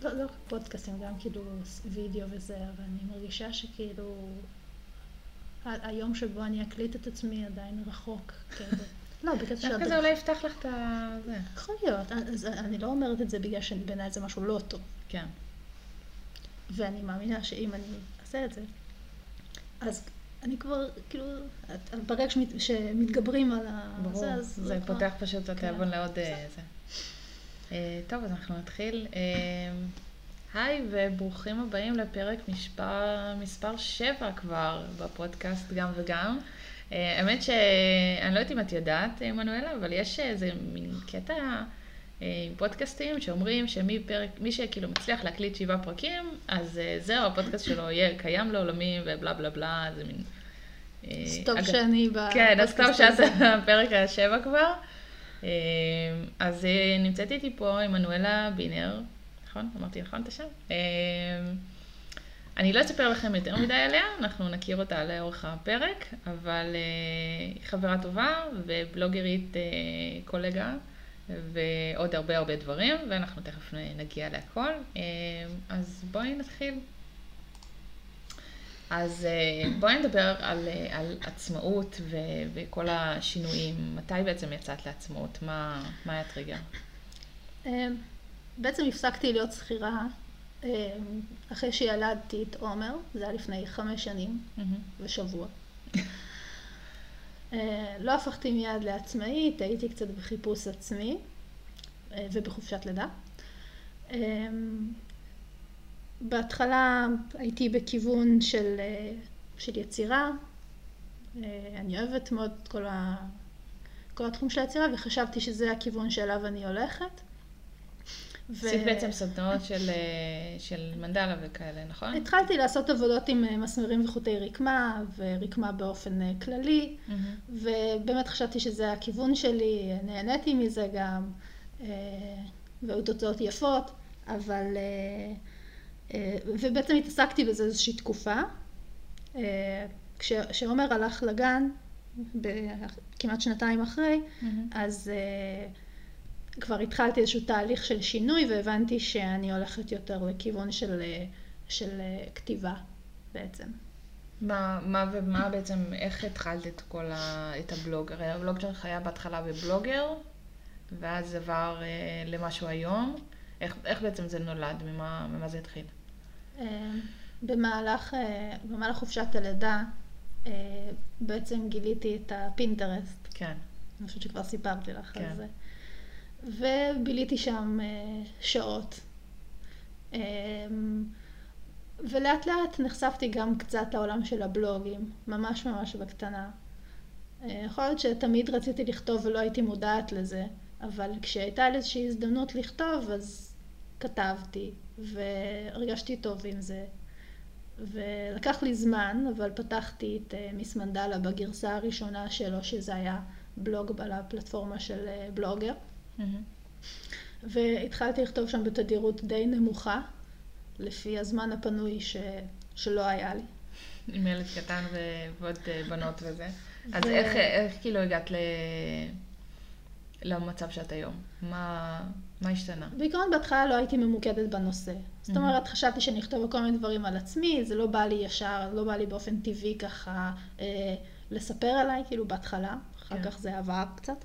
לא פודקאסטים, גם כאילו וידאו וזה, אבל אני מרגישה שכאילו היום שבו אני אקליט את עצמי עדיין רחוק, כאילו. לא, בגלל דווקא זה אולי יפתח לך את זה. יכול להיות, אז אני לא אומרת את זה בגלל שבעיניי זה משהו לא טוב. כן. ואני מאמינה שאם אני אעשה את זה, אז אני כבר, כאילו, ברגע שמתגברים על ברור, זה, אז זה כבר... פותח פשוט את התיאבון לעוד זה. טוב, אז אנחנו נתחיל. היי וברוכים הבאים לפרק מספר 7 כבר בפודקאסט גם וגם. האמת שאני לא יודעת אם את יודעת, מנואלה, אבל יש איזה מין קטע עם פודקאסטים שאומרים שמי שכאילו מצליח להקליט 7 פרקים, אז זהו, הפודקאסט שלו יהיה קיים לעולמים ובלה בלה בלה, זה מין... סטוב שאני בפודקאסט. כן, אז טוב שאת בפרק 7 כבר. אז נמצאת איתי פה מנואלה בינר, נכון? אמרתי נכון את השם? אני לא אספר לכם יותר מדי עליה, אנחנו נכיר אותה לאורך הפרק, אבל היא חברה טובה ובלוגרית קולגה ועוד הרבה דברים, ואנחנו תכף נגיע להכל. אז בואי נתחיל. אז בואי נדבר על עצמאות וכל השינויים. מתי בעצם יצאת לעצמאות? מה היה טריגר? בעצם הפסקתי להיות שכירה אחרי שילדתי את עומר, זה היה לפני 5 שנים ושבוע. לא הפכתי מיד לעצמאית, הייתי קצת בחיפוש עצמי ובחופשת לידה. בהתחלה הייתי בכיוון של יצירה, אני אוהבת מאוד את כל התחום של היצירה, וחשבתי שזה הכיוון שאליו אני הולכת. עשית בעצם סדנאות של מנדלה וכאלה, נכון? התחלתי לעשות עבודות עם מסמרים וחוטי רקמה, ורקמה באופן כללי, ובאמת חשבתי שזה הכיוון שלי, נהניתי מזה גם, והיו תוצאות יפות, אבל... ובעצם התעסקתי בזה איזושהי תקופה. כשעומר הלך לגן, כמעט 2 אחרי, אז כבר התחלתי איזשהו תהליך של שינוי, והבנתי שאני הולכת יותר לכיוון של כתיבה בעצם. מה בעצם, איך התחלת את הבלוג? הרי הבלוג שלך היה בהתחלה בבלוגר, ואז עבר למשהו היום. איך בעצם זה נולד? ממה זה התחיל? במהלך חופשת הלידה בעצם גיליתי את הפינטרסט. כן. אני חושבת שכבר סיפרתי לך כן. על זה. וביליתי שם שעות. ולאט לאט נחשפתי גם קצת לעולם של הבלוגים, ממש בקטנה. יכול להיות שתמיד רציתי לכתוב ולא הייתי מודעת לזה, אבל כשהייתה לי איזושהי הזדמנות לכתוב, אז כתבתי, והרגשתי טוב עם זה. ולקח לי זמן, אבל פתחתי את מיס מנדלה בגרסה הראשונה שלו, שזה היה בלוג על הפלטפורמה של בלוגר. והתחלתי לכתוב שם בתדירות די נמוכה, לפי הזמן הפנוי שלא היה לי. עם ילד קטן ועוד בנות וזה. אז איך כאילו הגעת למצב שאת היום? מה השתנה? בעיקרון בהתחלה לא הייתי ממוקדת בנושא. זאת אומרת, חשבתי שאני אכתוב כל מיני דברים על עצמי, זה לא בא לי ישר, לא בא לי באופן טבעי ככה לספר עליי, כאילו בהתחלה, אחר כך זה עבר קצת.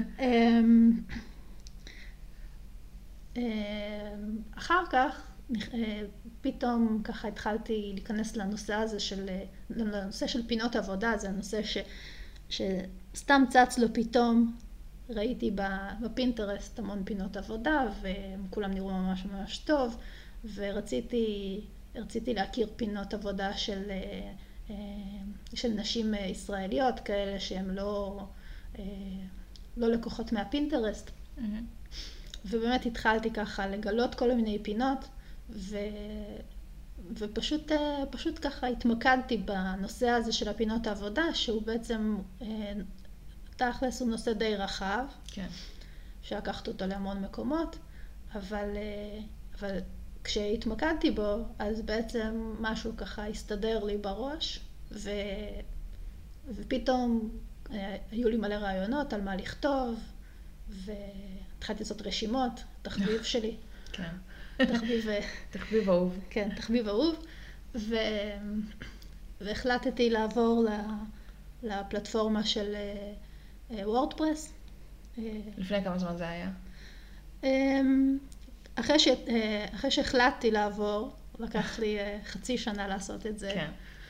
אחר כך, פתאום ככה התחלתי להיכנס לנושא של פינות עבודה, זה הנושא שסתם צץ לו פתאום, ראיתי בפינטרסט המון פינות עבודה, וכולם נראו ממש טוב, ורציתי להכיר פינות עבודה של נשים ישראליות, כאלה שהן לא לקוחות מהפינטרסט. ובאמת התחלתי ככה לגלות כל מיני פינות, ופשוט ככה התמקדתי בנושא הזה של הפינות העבודה, שהוא בעצם תכלס הוא נושא די רחב, כן. שלקחת אותו להמון מקומות, אבל כשהתמקדתי בו, אז בעצם משהו ככה הסתדר לי בראש, ופתאום היו לי מלא רעיונות על מה לכתוב, והתחלתי לעשות רשימות, תחביב שלי. כן. תחביב אהוב. כן, תחביב אהוב. והחלטתי לעבור לפלטפורמה של וורדפרס. לפני כמה זמן זה היה? אחרי שהחלטתי לעבור, לקח לי חצי שנה לעשות את זה. כן.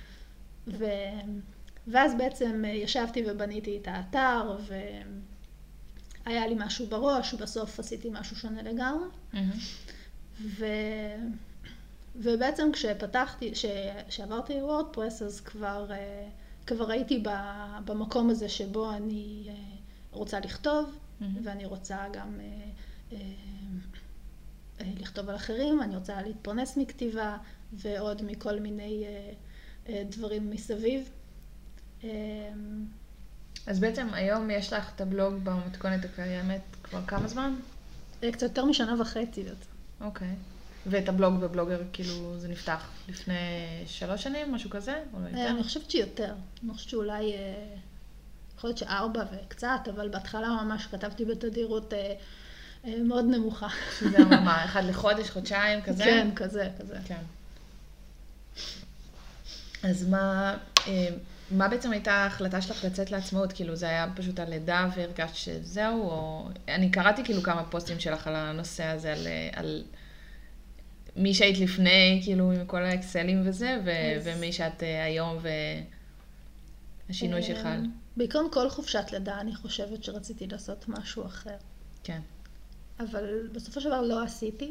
ואז בעצם ישבתי ובניתי את האתר, והיה לי משהו בראש, ובסוף עשיתי משהו שונה לגמרי. ובעצם כשעברתי וורדפרס, אז כבר הייתי במקום הזה שבו אני רוצה לכתוב, ואני רוצה גם לכתוב על אחרים, אני רוצה להתפרנס מכתיבה, ועוד מכל מיני דברים מסביב. אז בעצם היום יש לך את הבלוג במתכונת הקיימת כבר כמה זמן? קצת יותר משנה וחצי. אוקיי. ואת הבלוג בבלוגר, כאילו, זה נפתח לפני 3 שנים, משהו כזה? או לא יותר? אני חושבת שיותר. אני חושבת שאולי, יכול להיות 4 וקצת, אבל בהתחלה ממש כתבתי בתדירות מאוד נמוכה. שזה מה, 1 לחודש, חודשיים, כזה? כן, כזה. כן. אז מה בעצם הייתה ההחלטה שלך לצאת לעצמאות? כאילו זה היה פשוט הלידה והרגשת שזהו, או... אני קראתי כאילו כמה פוסטים שלך על הנושא הזה, על מי שהיית לפני, כאילו עם כל האקסלים וזה, ומי שאת היום והשינוי שחל. בעיקרון כל חופשת לידה אני חושבת שרציתי לעשות משהו אחר. כן. אבל בסופו של דבר לא עשיתי.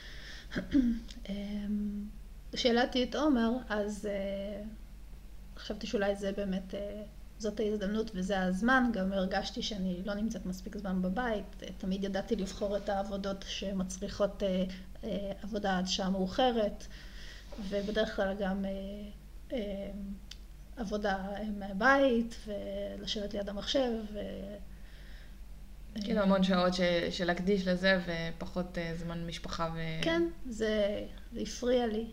כשילדתי את עומר, אז חשבתי שאולי זה באמת, זאת ההזדמנות וזה הזמן. גם הרגשתי שאני לא נמצאת מספיק זמן בבית. תמיד ידעתי לבחור את העבודות שמצריכות עבודה עד שעה מאוחרת, ובדרך כלל גם עבודה מהבית, ולשבת ליד המחשב. כאילו המון שעות של להקדיש לזה, ופחות זמן משפחה כן, זה הפריע לי.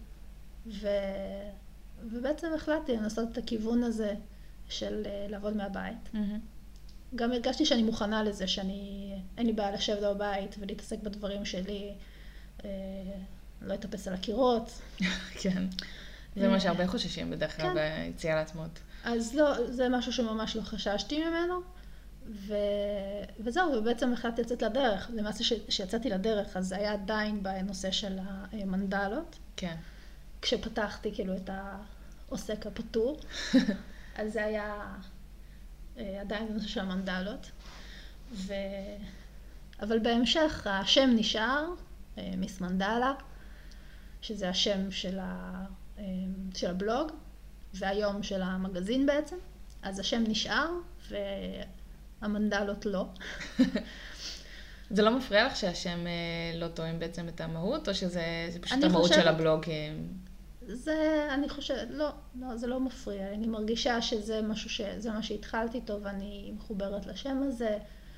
ובעצם החלטתי לנסות את הכיוון הזה של לעבוד מהבית. גם הרגשתי שאני מוכנה לזה, אין לי בעיה לשבת בבית ולהתעסק בדברים שלי, לא אטפס על הקירות. כן, זה מה שהרבה חוששים בדרך כלל ביציאה לעצמאות. אז לא, זה משהו שממש לא חששתי ממנו, וזהו, ובעצם החלטתי לצאת לדרך. למעשה שיצאתי לדרך, אז זה היה עדיין בנושא של המנדלות. כן. כשפתחתי כאילו את העוסק הפטור, אז זה היה עדיין בנושא של המנדלות. אבל בהמשך השם נשאר, מיס מנדלה, שזה השם של הבלוג, והיום של המגזין בעצם. אז השם נשאר, והמנדלות לא. זה לא מפריע לך שהשם לא תואם בעצם את המהות, או שזה פשוט המהות של הבלוג? אני חושבת, לא, זה לא מפריע. אני מרגישה שזה מה שהתחלתי איתו, ואני מחוברת לשם הזה,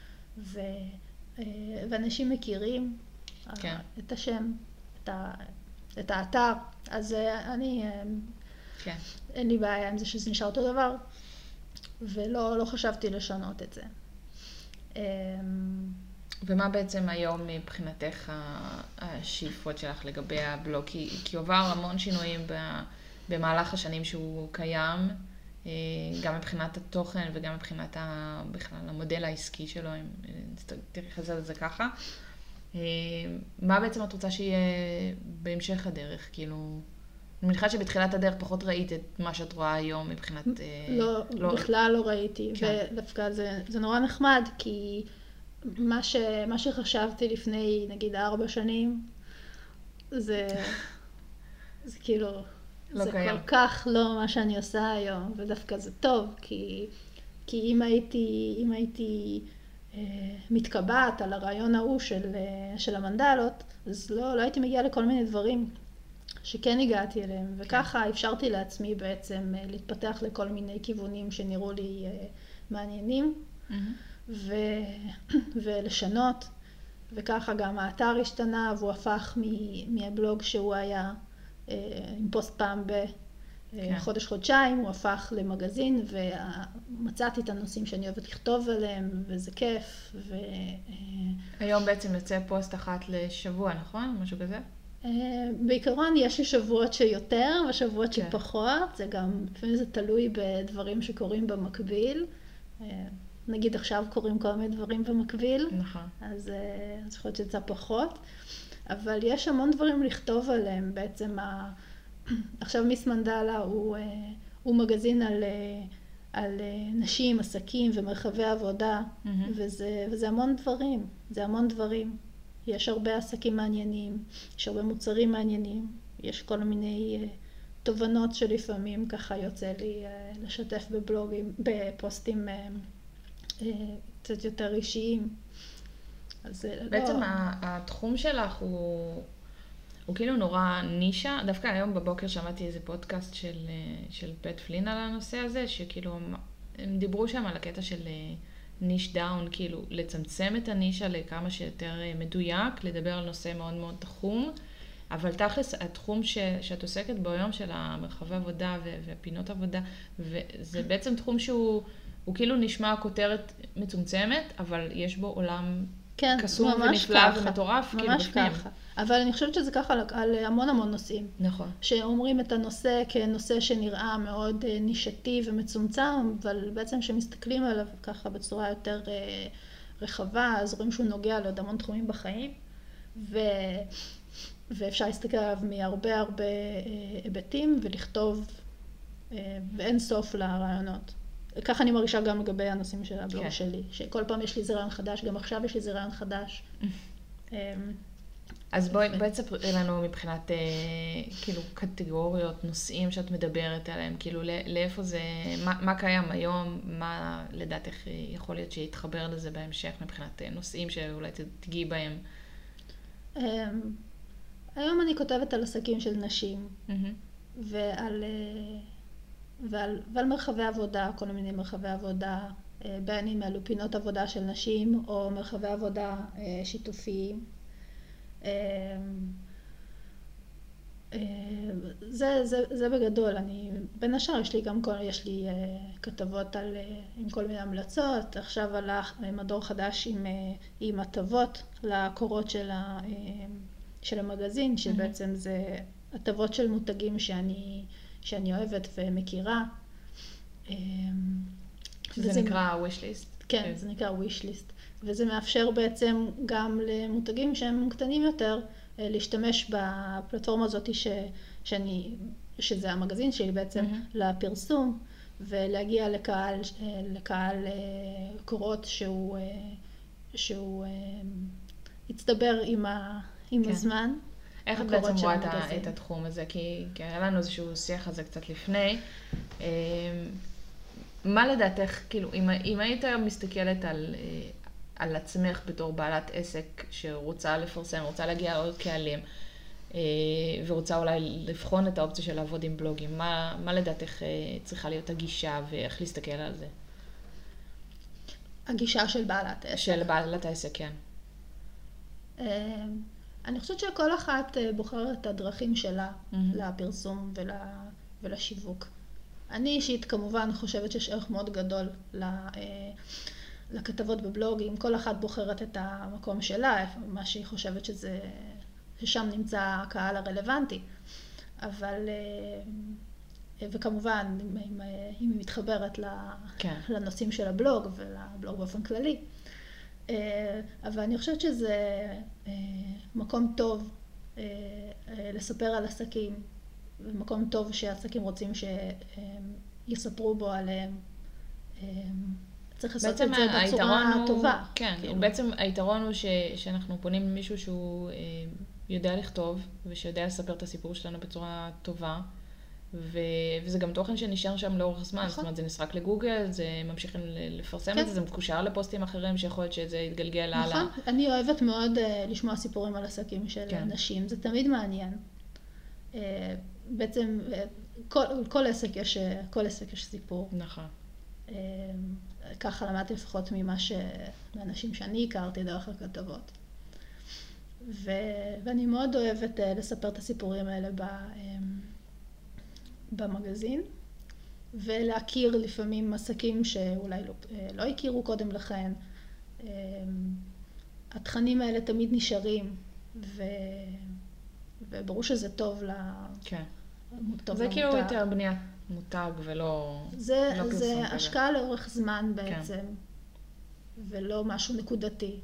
ואנשים מכירים את השם, את האתר. אז אין לי בעיה עם זה שזה נשאר אותו דבר, ולא חשבתי לשנות את זה. ומה בעצם היום מבחינתך השאיפות שלך לגבי הבלוג? כי עובר המון שינויים במהלך השנים שהוא קיים, גם מבחינת התוכן וגם מבחינת בכלל המודל העסקי שלו, אם תתייחס לזה ככה. מה בעצם את רוצה שיהיה בהמשך הדרך? כאילו, אני מניחה שבתחילת הדרך פחות ראית את מה שאת רואה היום מבחינת... לא, בכלל לא ראיתי, ודווקא זה נורא נחמד, כי מה שחשבתי לפני, נגיד, 4 שנים, זה כאילו, זה כל כך לא מה שאני עושה היום, ודווקא זה טוב, כי אם הייתי מתקבעת על הרעיון ההוא של המנדלות, אז לא הייתי מגיעה לכל מיני דברים שכן הגעתי אליהם, וככה אפשרתי לעצמי בעצם להתפתח לכל מיני כיוונים שנראו לי מעניינים, ולשנות, וככה גם האתר השתנה, והוא הפך מהבלוג שהוא היה עם פוסט פעם בחודש-חודשיים, הוא הפך למגזין, ומצאתי את הנושאים שאני אוהבת לכתוב עליהם, וזה כיף. היום בעצם יוצא פוסט אחת לשבוע, נכון? משהו כזה? בעיקרון יש לי שבועות שיותר ושבועות כן. שפחות, זה גם, לפעמים זה תלוי בדברים שקורים במקביל. נגיד עכשיו קורים כל מיני דברים במקביל, נכון. אז יכול להיות שזה פחות. אבל יש המון דברים לכתוב עליהם. בעצם עכשיו מיס מנדלה הוא מגזין על נשים, עסקים ומרחבי עבודה, וזה המון דברים, זה המון דברים. יש הרבה עסקים מעניינים, יש הרבה מוצרים מעניינים, יש כל מיני תובנות שלפעמים ככה יוצא לי לשתף בבלוגים, בפוסטים קצת יותר אישיים. אז בעצם התחום שלך הוא כאילו נורא נישה. דווקא היום בבוקר שמעתי איזה פודקאסט של פט פלין על הנושא הזה, שכאילו הם דיברו שם על הקטע של ניש דאון, כאילו לצמצם את הנישה לכמה שיותר מדויק, לדבר על נושא מאוד מאוד תחום, אבל תכלס התחום שאת עוסקת בו היום של המרחבי עבודה ופינות עבודה, וזה בעצם תחום שהוא כאילו נשמע כותרת מצומצמת, אבל יש בו עולם כן, קסום ונפלא ומטורף, כאילו בפנים. ככה. אבל אני חושבת שזה ככה על המון המון נושאים. נכון. שאומרים את הנושא כנושא שנראה מאוד נישתי ומצומצם, אבל בעצם שמסתכלים עליו ככה בצורה יותר רחבה, אז רואים שהוא נוגע לעוד המון תחומים בחיים, ואפשר להסתכל עליו מהרבה הרבה היבטים ולכתוב ואין סוף לרעיונות. ככה אני מרגישה גם לגבי הנושאים של הבלוג שלי, שכל פעם יש לי איזה רעיון חדש, גם עכשיו יש לי איזה רעיון חדש. אז בואי תספרי לנו מבחינת כאילו קטגוריות, נושאים שאת מדברת עליהם, כאילו לאיפה זה, מה קיים היום, מה לדעתך יכול להיות שיתחבר לזה בהמשך מבחינת נושאים שאולי תגיעי בהם? היום אני כותבת על עסקים של נשים, ועל מרחבי עבודה, כל מיני מרחבי עבודה, בין אם אלו פינות עבודה של נשים או מרחבי עבודה שיתופיים. זה בגדול. בין השאר יש לי כתבות עם כל מיני המלצות. עכשיו הלך מדור חדש עם הטבות לקורות של המגזין, שבעצם זה הטבות של מותגים שאני אוהבת ומכירה. זה נקרא wish list? כן, זה נקרא wish list. וזה מאפשר בעצם גם למותגים שהם קטנים יותר, להשתמש בפלטפורמה הזאת שזה המגזין שלי בעצם, לפרסום, ולהגיע לקהל קורות שהוא יצטבר עם הזמן. איך את בעצם רואה את התחום הזה? כי היה לנו איזשהו שיח הזה קצת לפני. מה לדעתך, כאילו, אם היית מסתכלת על עצמך בתור בעלת עסק שרוצה לפרסם, רוצה להגיע לעוד קהלים, ורוצה אולי לבחון את האופציה של לעבוד עם בלוגים, מה לדעתך צריכה להיות הגישה ואיך להסתכל על זה? הגישה של בעלת עסק. של בעלת העסק, כן. אני חושבת שכל אחת בוחרת את הדרכים שלה לפרסום ולשיווק. אני אישית כמובן חושבת שיש ערך מאוד גדול לכתבות בבלוגים. כל אחת בוחרת את המקום שלה, מה שהיא חושבת ששם נמצא הקהל הרלוונטי. אבל, וכמובן, אם היא מתחברת לנושאים של הבלוג ולבלוג באופן כללי. אבל אני חושבת שזה מקום טוב לספר על עסקים, ומקום טוב שהעסקים רוצים שיספרו בו עליהם. צריך לעשות את זה בצורה טובה. כן, בעצם היתרון הוא שאנחנו פונים למישהו שהוא יודע לכתוב, ושיודע לספר את הסיפור שלנו בצורה טובה, וזה גם תוכן שנשאר שם לאורך זמן, זאת אומרת, זה נסרק לגוגל, זה ממשיכים לפרסם את זה, זה מקושר לפוסטים אחרים שיכול להיות שזה יתגלגל הלאה. נכון, אני אוהבת מאוד לשמוע סיפורים על עסקים של נשים, זה תמיד מעניין. בעצם כל עסק יש סיפור. נכון. ככה למדתי לפחות מהאנשים שאני הכרתי דרך הכתבות. ואני מאוד אוהבת לספר את הסיפורים האלה במגזין, ולהכיר לפעמים עסקים שאולי לא הכירו קודם לכן. התכנים האלה תמיד נשארים, וברור שזה טוב כן. טוב זה למותג. כאילו יותר בניית מותג ולא זה פרסום כזה. השקעה לאורך זמן בעצם, ולא משהו נקודתי.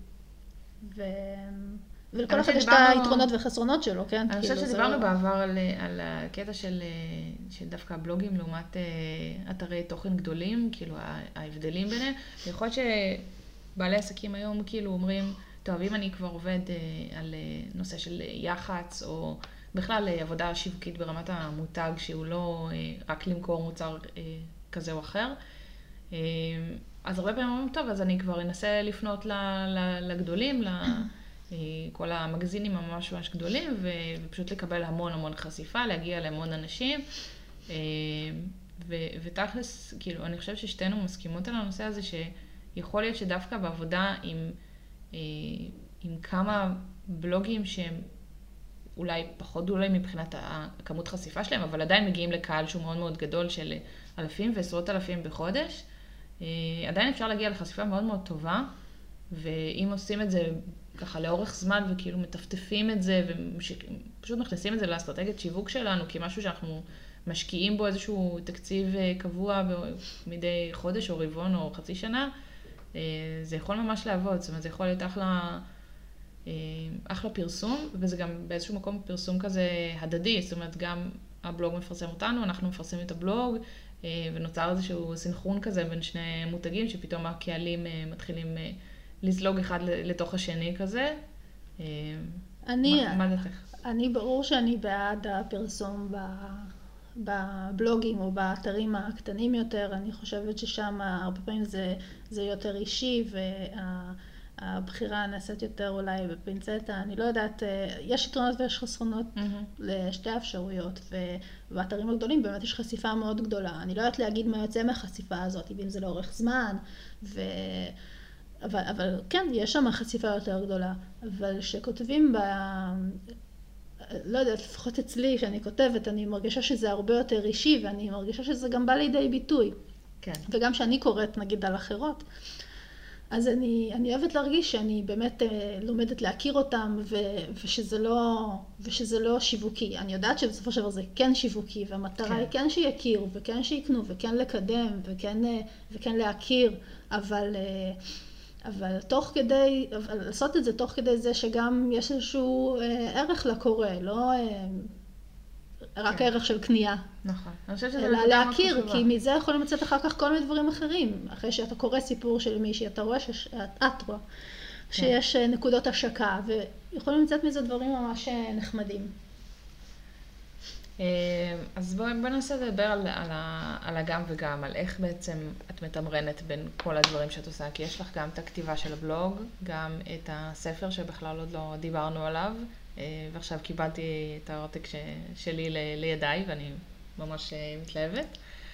ולכל אחד יש את היתרונות והחסרונות שלו, כן? אני חושבת שדיברנו בעבר על הקטע של דווקא הבלוגים לעומת אתרי תוכן גדולים, כאילו ההבדלים ביניהם. יכול להיות שבעלי עסקים היום כאילו אומרים, טוב, אם אני כבר עובד על נושא של יח"צ, או בכלל עבודה שיווקית ברמת המותג, שהוא לא רק למכור מוצר כזה או אחר, אז הרבה פעמים אומרים, טוב, אז אני כבר אנסה לפנות לגדולים, כל המגזינים ממש ממש גדולים, ופשוט לקבל המון המון חשיפה, להגיע להמון אנשים. ותכלס, כאילו, אני חושבת ששתינו מסכימות על הנושא הזה, שיכול להיות שדווקא בעבודה עם כמה בלוגים שהם אולי פחות גדולים מבחינת הכמות חשיפה שלהם, אבל עדיין מגיעים לקהל שהוא מאוד מאוד גדול של אלפים ועשרות אלפים בחודש, עדיין אפשר להגיע לחשיפה מאוד מאוד טובה, ואם עושים את זה ככה לאורך זמן וכאילו מטפטפים את זה ופשוט מכניסים את זה לאסטרטגיית שיווק שלנו כמשהו שאנחנו משקיעים בו איזשהו תקציב קבוע מדי חודש או רבעון או חצי שנה, זה יכול ממש לעבוד. זאת אומרת, זה יכול להיות אחלה פרסום, וזה גם באיזשהו מקום פרסום כזה הדדי. זאת אומרת, גם הבלוג מפרסם אותנו, אנחנו מפרסמים את הבלוג, ונוצר איזשהו סינכרון כזה בין שני מותגים, שפתאום הקהלים מתחילים לזלוג אחד לתוך השני כזה. מה דעתך? אני ברור שאני בעד הפרסום בבלוגים או באתרים הקטנים יותר. אני חושבת ששם הרבה פעמים זה יותר אישי, והבחירה נעשית יותר אולי בפינצטה. אני לא יודעת, יש יתרונות ויש חסרונות לשתי האפשרויות, ובאתרים הגדולים באמת יש חשיפה מאוד גדולה. אני לא יודעת להגיד מה יוצא מהחשיפה הזאת, אם זה לאורך זמן, אבל כן, יש שם חשיפה יותר גדולה. אבל שכותבים לא יודעת, לפחות אצלי, כשאני כותבת, אני מרגישה שזה הרבה יותר אישי, ואני מרגישה שזה גם בא לידי ביטוי. כן. וגם שאני קוראת, נגיד, על אחרות, אז אני אוהבת להרגיש שאני באמת לומדת להכיר אותם, ושזה לא שיווקי. אני יודעת שבסופו של דבר זה כן שיווקי, והמטרה היא כן שיכירו, וכן שיקנו, וכן לקדם, וכן להכיר, אבל לעשות את זה תוך כדי זה שגם יש איזשהו ערך לקורא, לא רק ערך של קנייה. נכון. אלא להכיר, כי מזה יכולים לצאת אחר כך כל מיני דברים אחרים. אחרי שאתה קורא סיפור של מישהי, אתה רואה שיש נקודות השקה, ויכולים לצאת מזה דברים ממש נחמדים. אז בואי ננסה לדבר על הגם וגם, על איך בעצם את מתמרנת בין כל הדברים שאת עושה, כי יש לך גם את הכתיבה של הבלוג, גם את הספר שבכלל עוד לא דיברנו עליו, ועכשיו קיבלתי את העותק שלי לידיי, ואני ממש מתלהבת.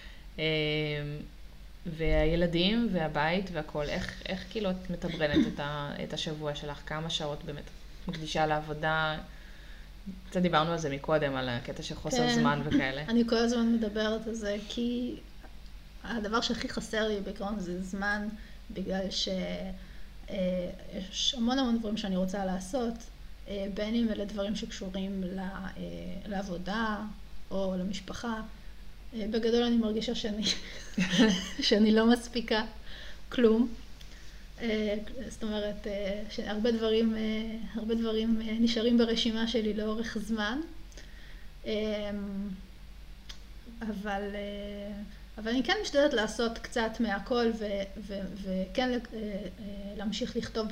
והילדים והבית והכל, איך כאילו את מתמרנת את השבוע שלך, כמה שעות באמת מקדישה לעבודה? קצת דיברנו על זה מקודם, על הקטע של חוסר זמן וכאלה. אני כל הזמן מדברת על זה, כי הדבר שהכי חסר לי בעיקרון זה זמן, בגלל שיש המון דברים שאני רוצה לעשות, בין אם אלה דברים שקשורים לעבודה או למשפחה. בגדול אני מרגישה שאני לא מספיקה כלום. זאת אומרת, שהרבה דברים נשארים ברשימה שלי לאורך זמן. אבל אני כן משתדלת לעשות קצת מהכל, וכן להמשיך לכתוב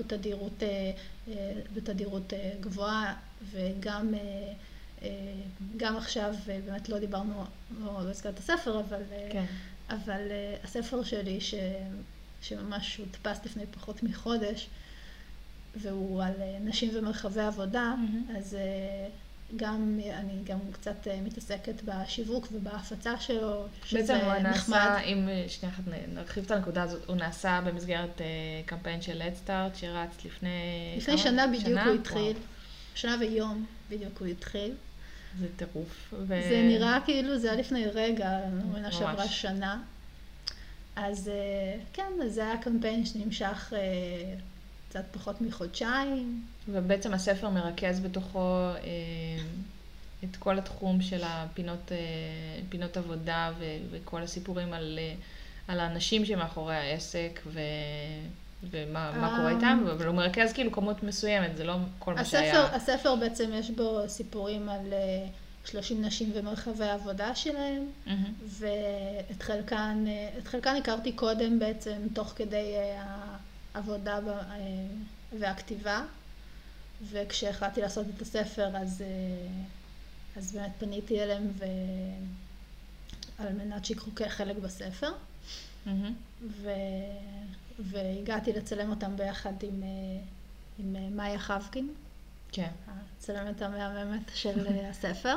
בתדירות גבוהה, וגם עכשיו, באמת לא דיברנו, לא הזכרת הספר, אבל הספר שלי שממש הודפס לפני פחות מחודש, והוא על נשים ומרחבי עבודה, אז אני גם קצת מתעסקת בשיווק ובהפצה שלו, שזה נחמד. בעצם הוא נעשה, אם שנייה אחת נרחיב את הנקודה הזאת, הוא נעשה במסגרת קמפיין של Let's Start, שרץ לפני שנה בדיוק הוא התחיל, שנה ויום בדיוק הוא התחיל. זה טירוף. זה נראה כאילו זה היה לפני רגע, ממש שעברה שנה. אז כן, זה היה קמפיין שנמשך קצת פחות מחודשיים. ובעצם הספר מרכז בתוכו את כל התחום של פינות עבודה וכל הסיפורים על האנשים שמאחורי העסק ומה קורה איתם, אבל הוא מרכז כאילו כמות מסוימת, זה לא כל מה שהיה. הספר בעצם יש בו סיפורים על 30 נשים ומרחבי העבודה שלהם, ואת חלקן הכרתי קודם בעצם תוך כדי העבודה והכתיבה, וכשהחלטתי לעשות את הספר אז באמת פניתי אליהם על מנת שיקחו חלק בספר, והגעתי לצלם אותם ביחד עם מאיה חבקין, כן. הצלמת המהממת של הספר,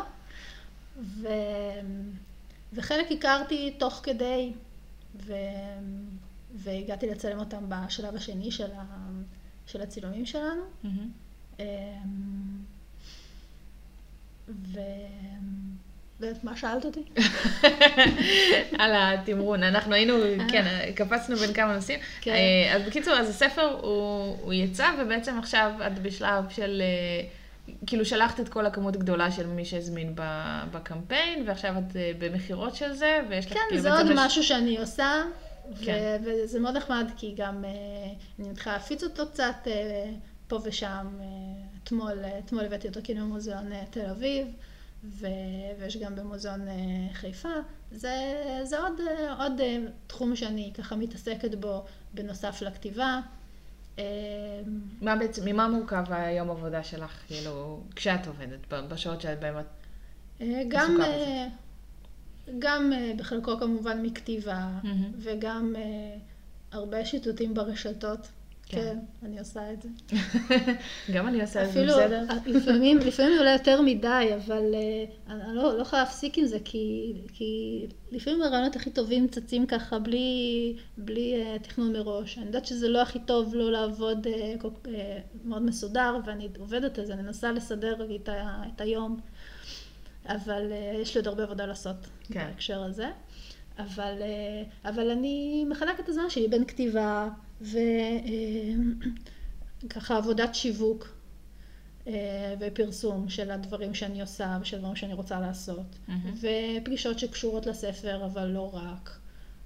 וחלק הכרתי תוך כדי, והגעתי לצלם אותם בשלב השני של הצילומים שלנו. ומה שאלת אותי? על התמרון. אנחנו היינו, כן, קפצנו בין כמה נושאים. אז בקיצור, אז הספר הוא יצא, ובעצם עכשיו את בשלב של, כאילו שלחת את כל הכמות גדולה של מי שהזמין בקמפיין, ועכשיו את במחירות של זה, ויש לך כן, כאילו זה עוד משהו שאני עושה, וזה מאוד נחמד, כי גם אני מתחילה להפיץ אותו קצת פה ושם. אתמול הבאתי אותו כאילו במוזיאון תל אביב, ויש גם במוזיאון חיפה. זה עוד תחום שאני ככה מתעסקת בו בנוסף לכתיבה. ממה מורכב היום עבודה שלך, כאילו, כשאת עובדת, בשעות שאת באמת עסוקה בזה? גם בחלקו כמובן מכתיבה, וגם הרבה שיטוטים ברשתות. כן, אני עושה את זה. גם אני עושה את זה, בסדר? לפעמים אולי יותר מדי, אבל אני לא יכולה להפסיק עם זה, כי לפעמים הרעיונות הכי טובים צצים ככה בלי תכנון מראש. אני יודעת שזה לא הכי טוב לא לעבוד מאוד מסודר, ואני עובדת על זה, אני מנסה לסדר לי את היום, אבל יש לי עוד הרבה עבודה לעשות בהקשר הזה. אבל אני מחלקת את הזמן שלי בין כתיבה וככה עבודת שיווק ופרסום של הדברים שאני עושה ושל דברים שאני רוצה לעשות, ופגישות שקשורות לספר, אבל לא רק.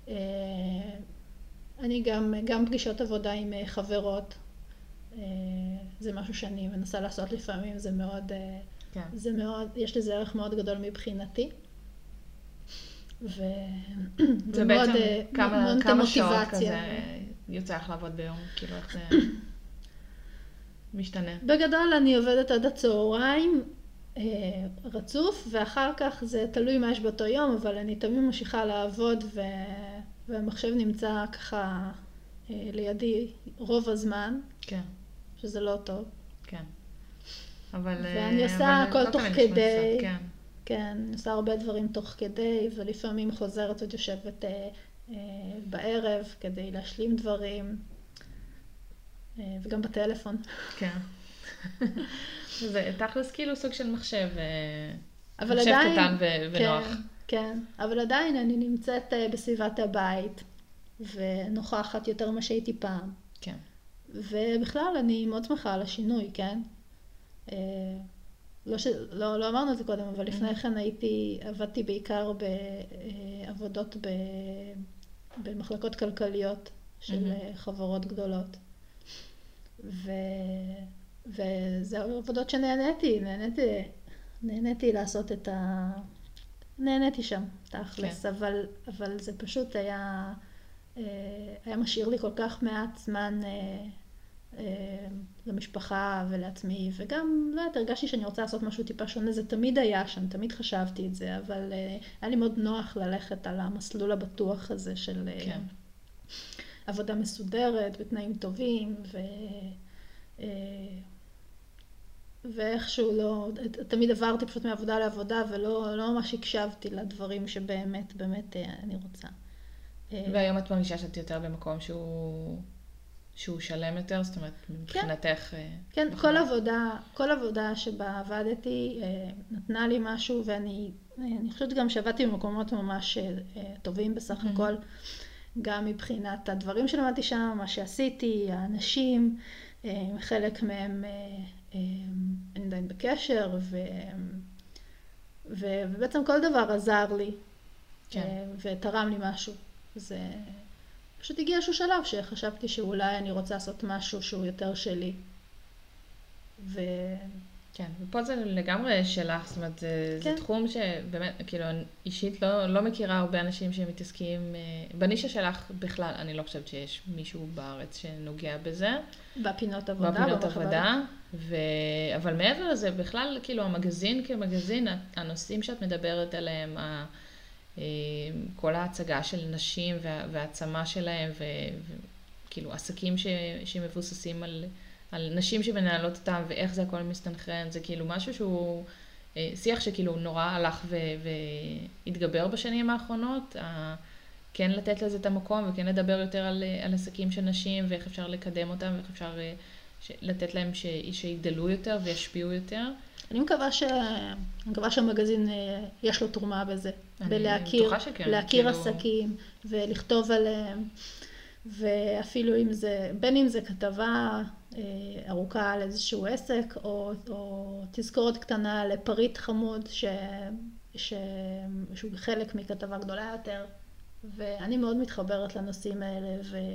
אני גם פגישות עבודה עם חברות, זה משהו שאני מנסה לעשות לפעמים, זה מאוד, יש לזה ערך מאוד גדול מבחינתי. זה בעצם כמה שעות כזה יוצא לך לעבוד ביום, כאילו איך זה משתנה? בגדול אני עובדת עד הצהריים רצוף, ואחר כך זה תלוי מה יש באותו יום, אבל אני תמיד ממשיכה לעבוד, והמחשב נמצא ככה לידי רוב הזמן, כן. שזה לא טוב. כן. ואני עושה הכל תוך כדי. כן, אני עושה הרבה דברים תוך כדי, ולפעמים חוזרת עוד יושבת בערב כדי להשלים דברים, וגם בטלפון. כן. זה תכלס כאילו סוג של מחשב קטן ונוח. כן, אבל עדיין אני נמצאת בסביבת הבית, ונוכחת יותר ממה שהייתי פעם. כן. ובכלל אני מאוד שמחה על השינוי, כן? לא אמרנו את זה קודם, אבל לפני כן עבדתי בעיקר בעבודות במחלקות כלכליות של חברות גדולות. וזה עבודות נהניתי לעשות נהניתי שם, תכלס, אבל זה פשוט היה משאיר לי כל כך מעט זמן למשפחה ולעצמי, וגם לא הרגשתי שאני רוצה לעשות משהו טיפה שונה. זה תמיד היה שם, תמיד חשבתי את זה, אבל היה לי מאוד נוח ללכת על המסלול הבטוח הזה של עבודה מסודרת בתנאים טובים, ואיכשהו תמיד עברתי פשוט מעבודה לעבודה, ולא ממש הקשבתי לדברים שבאמת אני רוצה. והיום את מרגישה שאת יותר במקום שהוא שלם יותר, זאת אומרת, מבחינתך... כן, כל עבודה שבה עבדתי נתנה לי משהו, ואני חושבת גם שעבדתי במקומות ממש טובים בסך הכל, גם מבחינת הדברים שלמדתי שם, מה שעשיתי, האנשים, חלק מהם אני עדיין בקשר, ובעצם כל דבר עזר לי, כן. ותרם לי משהו. זה פשוט הגיע איזשהו שלב שחשבתי שאולי אני רוצה לעשות משהו שהוא יותר שלי. ו... כן, ופה זה לגמרי שלך, זאת אומרת, זה כן. תחום שבאמת, כאילו, אישית לא מכירה הרבה אנשים שמתעסקים, בנישה שלך בכלל, אני לא חושבת שיש מישהו בארץ שנוגע בזה. בפינות עבודה, בפינות במחברת. עבודה, אבל מעבר לזה, בכלל, כאילו, המגזין כמגזין, הנושאים שאת מדברת עליהם, כל ההצגה של נשים והעצמה שלהם, וכאילו, עסקים שמבוססים על נשים שמנהלות אותם, ואיך זה הכל מסתנכרן, זה כאילו משהו שהוא שיח שכאילו נורא הלך והתגבר בשנים האחרונות, כן לתת לזה את המקום, וכן לדבר יותר על עסקים של נשים, ואיך אפשר לקדם אותם, ואיך אפשר לתת להם שיגדלו יותר וישפיעו יותר. אני מקווה שהמגזין יש לו תרומה בזה. בטוחה שכן, להכיר כאילו... עסקים ולכתוב עליהם, ואפילו אם זה, בין אם זה כתבה ארוכה על איזשהו עסק, או תזכורת קטנה לפריט חמוד שהוא חלק מכתבה גדולה יותר. ואני מאוד מתחברת לנושאים האלה,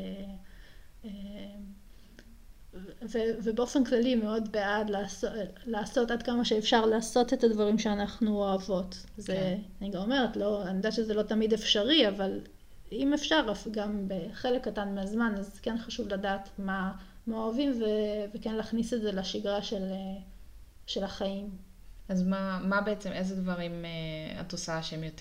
ובאופן כללי מאוד בעד לעשות עד כמה שאפשר לעשות את הדברים שאנחנו אוהבות. זה, אני גם אומרת, אני יודעת שזה לא תמיד אפשרי, אבל אם אפשר, גם בחלק קטן מהזמן, אז כן חשוב לדעת מה אוהבים, וכן להכניס את זה לשגרה של החיים. אז מה בעצם, איזה דברים את עושה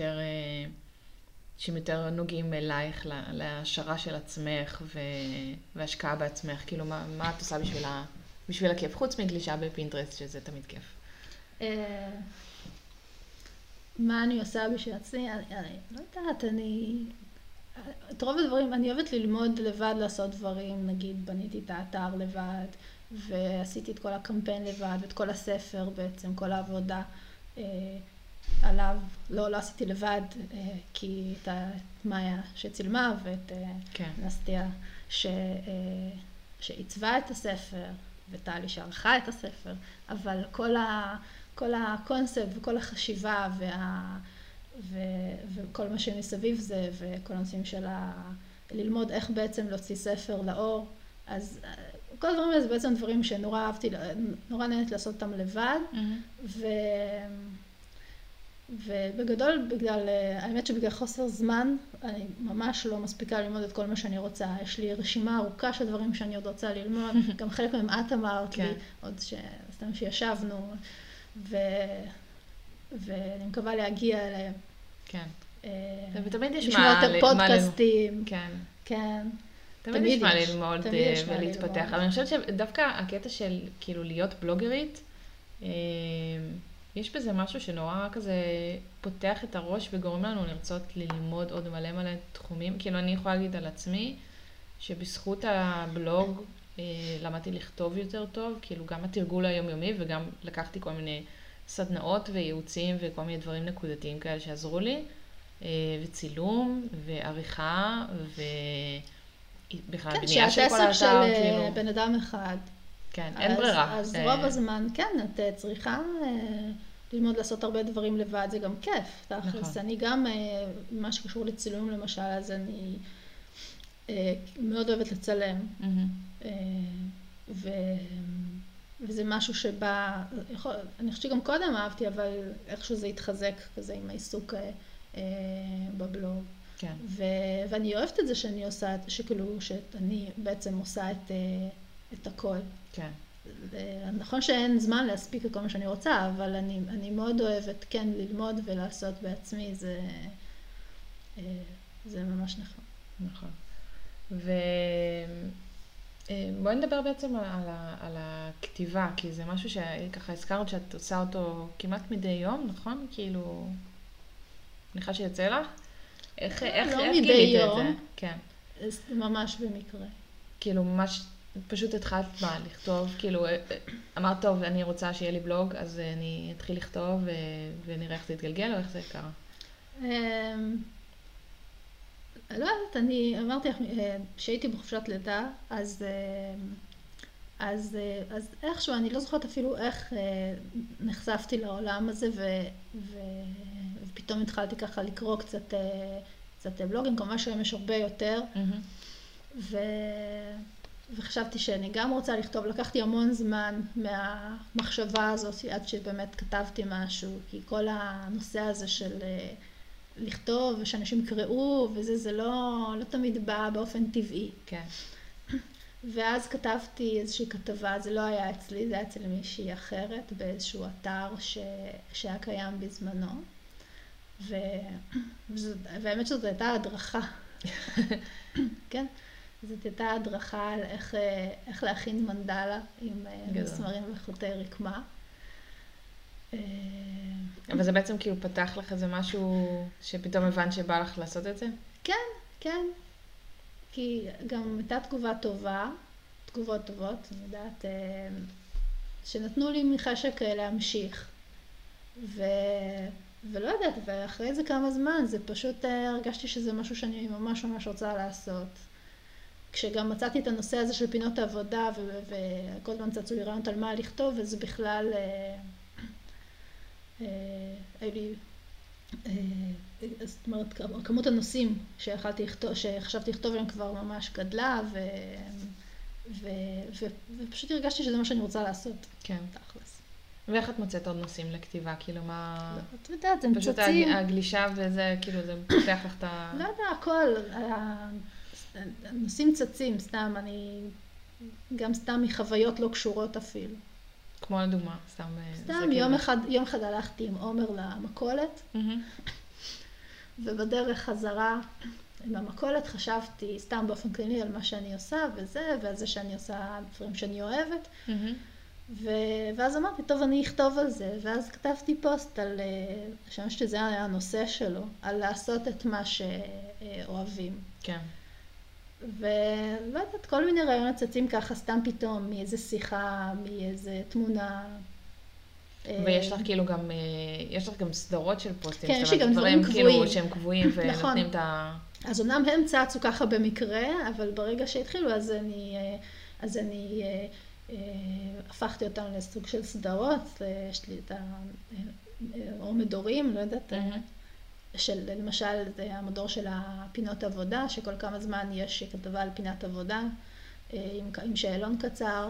שהם יותר נוגעים אלייך, להשערה של עצמך והשקעה בעצמך? כאילו, מה את עושה בשביל הכיף? חוץ מגלישה בפינטרסט, שזה תמיד כיף. מה אני עושה בשביל עצמי? אני לא יודעת, את רוב הדברים, אני אוהבת ללמוד לבד לעשות דברים, נגיד בניתי את האתר לבד, ועשיתי את כל הקמפיין לבד, ואת כל הספר בעצם, כל העבודה עליו. לא עשיתי לבד, כי את מאיה שצילמה, ואת נסטיה שעיצבה את הספר, וטלי שערכה את הספר, אבל כל הקונספט וכל החשיבה וכל מה שמסביב זה, וכל הנושאים של ללמוד איך בעצם להוציא ספר לאור, אז כל הדברים האלה זה בעצם דברים שנורא אהבתי, נורא נהנית לעשות אותם לבד, ובגדול, האמת שבגלל חוסר זמן, אני ממש לא מספיקה ללמוד את כל מה שאני רוצה. יש לי רשימה ארוכה של דברים שאני עוד רוצה ללמוד, גם חלק מהם את אמרת לי, עוד סתם שישבנו, ואני מקווה להגיע אליהם. כן. ותמיד יש לשמוע יותר פודקאסטים. כן. כן. תמיד יש מה ללמוד ולהתפתח. אבל אני חושבת שדווקא הקטע של כאילו להיות בלוגרית, יש בזה משהו שנורא כזה פותח את הראש וגורם לנו לרצות ללמוד עוד מלא תחומים. כאילו אני יכולה להגיד על עצמי שבזכות הבלוג למדתי לכתוב יותר טוב, כאילו גם התרגול היומיומי, וגם לקחתי כל מיני סדנאות וייעוצים וכל מיני דברים נקודתיים כאלה שעזרו לי, וצילום ועריכה ובכלל בנייה של כל האתר. כן, שהעסק של בן אדם אחד. כן, אין ברירה. אז רוב הזמן, כן, את צריכה ללמוד לעשות הרבה דברים לבד, זה גם כיף. תכלס, אני גם, מה שקשור לצילום למשל, אז אני מאוד אוהבת לצלם. וזה משהו שבא, אני חושבת שגם קודם אהבתי, אבל איכשהו זה התחזק כזה עם העיסוק בבלוג. כן. ואני אוהבת את זה שאני עושה, שכאילו, שאני בעצם עושה את הכל. כן. נכון שאין זמן להספיק את כל מה שאני רוצה, אבל אני מאוד אוהבת כן ללמוד ולעשות בעצמי, זה ממש נכון. נכון. בואי נדבר בעצם על הכתיבה, כי זה משהו שככה הזכרת שאת עושה אותו כמעט מדי יום, נכון? כאילו, מניחה שיוצא לך? איך גילית את זה? כן. ממש במקרה. כאילו, ממש פשוט התחלת לכתוב, כאילו, אמרת טוב, אני רוצה שיהיה לי בלוג, אז אני אתחיל לכתוב ונראה איך זה יתגלגל, או איך זה יקרה? לא יודעת, אני אמרתי לך, שהייתי בחופשת לידה, אז אז איכשהו, אני לא זוכרת אפילו איך נחשפתי לעולם הזה, ופתאום התחלתי ככה לקרוא קצת בלוגים, כמובן שהיום יש הרבה יותר, וחשבתי שאני גם רוצה לכתוב, לקחתי המון זמן מהמחשבה הזאת עד שבאמת כתבתי משהו, כי כל הנושא הזה של לכתוב ושאנשים יקראו וזה, זה לא תמיד בא באופן טבעי. כן. ואז כתבתי איזושהי כתבה, זה לא היה אצלי, זה היה אצל מישהי אחרת, באיזשהו אתר שהיה קיים בזמנו. והאמת שזאת הייתה הדרכה. כן? זאת הייתה הדרכה על איך להכין מנדלה עם מסמרים וחוטי רקמה. אבל זה בעצם כאילו פתח לך איזה משהו שפתאום הבנת שבא לך לעשות את זה? כן, כן. כי גם הייתה תגובות טובות, אני יודעת, שנתנו לי מחשק להמשיך. ולא יודעת, ואחרי זה כמה זמן, זה פשוט הרגשתי שזה משהו שאני ממש ממש רוצה לעשות. כשגם מצאתי את הנושא הזה של פינות העבודה, וכל הזמן צצו לי רעיונות על מה לכתוב, וזה בכלל, זאת אומרת, כמות הנושאים שחשבתי לכתוב להם כבר ממש גדלה, ופשוט הרגשתי שזה מה שאני רוצה לעשות. כן. תכלס. ואיך את מוצאת עוד נושאים לכתיבה? כאילו מה... את יודעת, זה מצצים. פשוט הגלישה וזה, כאילו, זה פותח לך את ה... לא יודע, הכל. נושאים צצים, סתם, גם סתם מחוויות לא קשורות אפילו. כמו לדוגמה, סתם... סתם, יום אחד הלכתי עם עומר למכולת, ובדרך חזרה עם המכולת חשבתי סתם באופן כללי על מה שאני עושה וזה, ועל זה שאני עושה דברים שאני אוהבת. ואז אמרתי, טוב, אני אכתוב על זה, ואז כתבתי פוסט על, שאני חושבת שזה היה הנושא שלו, על לעשות את מה שאוהבים. כן. ולא יודעת, כל מיני רעיונות צצים ככה סתם פתאום, מאיזה שיחה, מאיזה תמונה. ויש לך כאילו גם, יש לך גם סדרות של פוסטים. כן, יש לי גם דברים קבועים. כאילו שהם קבועים ונותנים את ה... אז אומנם הם צצו ככה במקרה, אבל ברגע שהתחילו, אז אני הפכתי אותם לסוג של סדרות, יש לי את או מדורים, לא יודעת, למשל המדור של הפינות עבודה, שכל כמה זמן יש כתבה על פינת עבודה, עם שאלון קצר.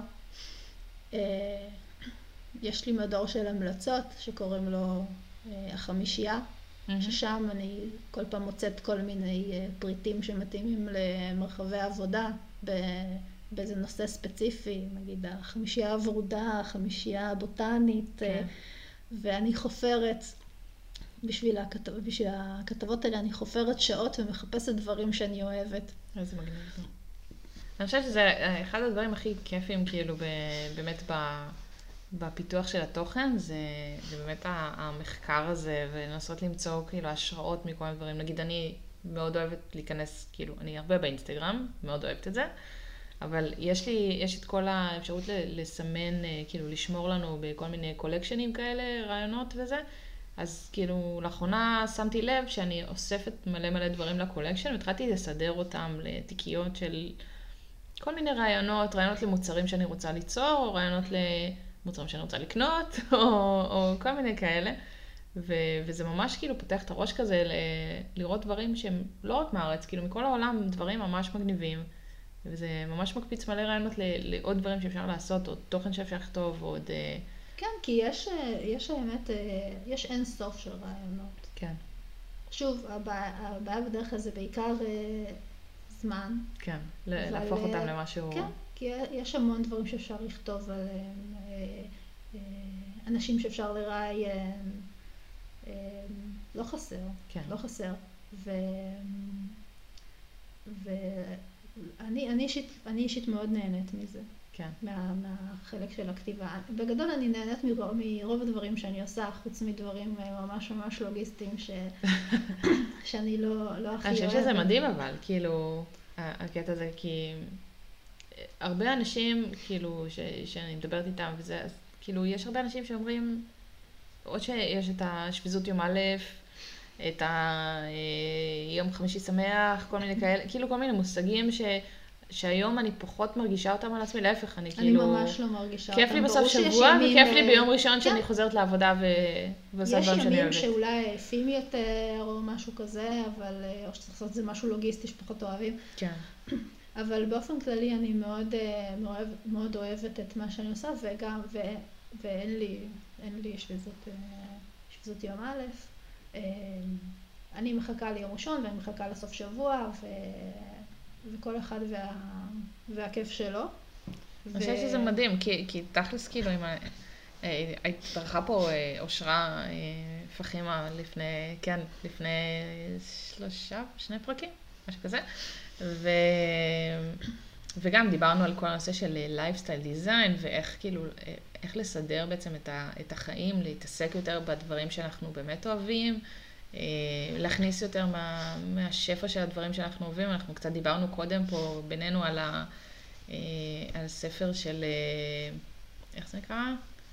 יש לי מדור של המלצות, שקוראים לו החמישייה, ששם אני כל פעם מוצאת כל מיני פריטים שמתאימים למרחבי עבודה, באיזה נושא ספציפי, נגיד החמישייה הוורודה, החמישייה הבוטנית, ואני חופרת, בשביל הכתבות האלה, אני חופרת שעות ומחפשת דברים שאני אוהבת. איזה מגניב. אני חושבת שזה אחד הדברים הכי כיפים, כאילו, באמת בפיתוח של התוכן, זה באמת המחקר הזה, ולנסות למצוא כאילו השראות מכל מיני דברים. נגיד, אני מאוד אוהבת להיכנס, כאילו, אני הרבה באינסטגרם, מאוד אוהבת את זה, אבל יש את כל האפשרות לסמן, כאילו, לשמור לנו בכל מיני קולקשנים כאלה, רעיונות וזה. אז כאילו, לאחרונה שמתי לב שאני אוספת מלא דברים לקולקשן, והתחלתי לסדר אותם לתיקיות של כל מיני רעיונות למוצרים שאני רוצה ליצור, או רעיונות למוצרים שאני רוצה לקנות, או כל מיני כאלה. וזה ממש כאילו פותח את הראש כזה לראות דברים שהם לא רק מארץ, כאילו מכל העולם דברים ממש מגניבים, וזה ממש מקפיץ מלא רעיונות לעוד דברים שאפשר לעשות, או תוכן שאפשר לכתוב, או עוד... כן, כי יש האמת, יש אין סוף של רעיונות. כן. שוב, הבעיה בדרך כלל זה בעיקר זמן. כן, להפוך אותם למשהו... כן, כי יש המון דברים שאפשר לכתוב עליהם, אנשים שאפשר לראיין, לא חסר, כן. לא חסר. ואני אישית מאוד נהנית מזה. כן. מהחלק של הכתיבה. בגדול אני נהנית מרוב הדברים שאני עושה, חוץ מדברים ממש ממש לוגיסטיים שאני לא הכי אוהבת. אני חושבת שזה מדהים אבל, כאילו, הקטע הזה, כי הרבה אנשים, כאילו, שאני מדברת איתם וזה, אז כאילו, יש הרבה אנשים שאומרים, עוד שיש את השביזות יום א', את היום חמישי שמח, כל מיני כאלה, כאילו כל מיני מושגים שהיום אני פחות מרגישה אותם על עצמי, להפך, אני אני כאילו... ממש לא מרגישה אותם. כיף לי בסוף ברור שיש שבוע, ימים, וכיף לי ביום ראשון שאני כן. חוזרת לעבודה ועושה יש דברים שאני ימים אוהבת. שאולי עייפים יותר או משהו כזה, אבל, או שצריך לעשות את זה משהו לוגיסטי שפחות אוהבים. כן. אבל באופן כללי אני מאוד, מאוד אוהבת את מה שאני עושה, וגם, ואין לי שביזות יום א'. אני מחכה ליום ראשון ואני מחכה לסוף שבוע, וכל אחד והכיף שלו. אני חושבת שזה מדהים, כי תכלס כאילו, התארחה פה אושרה פחימה לפני 2 פרקים, משהו כזה, וגם דיברנו על כל הנושא של לייפסטייל דיזיין, ואיך כאילו, איך לסדר בעצם את החיים, להתעסק יותר בדברים שאנחנו באמת אוהבים, להכניס יותר מהשפע של הדברים שאנחנו אוהבים. אנחנו קצת דיברנו קודם פה בינינו על ספר של, איך זה נקרא?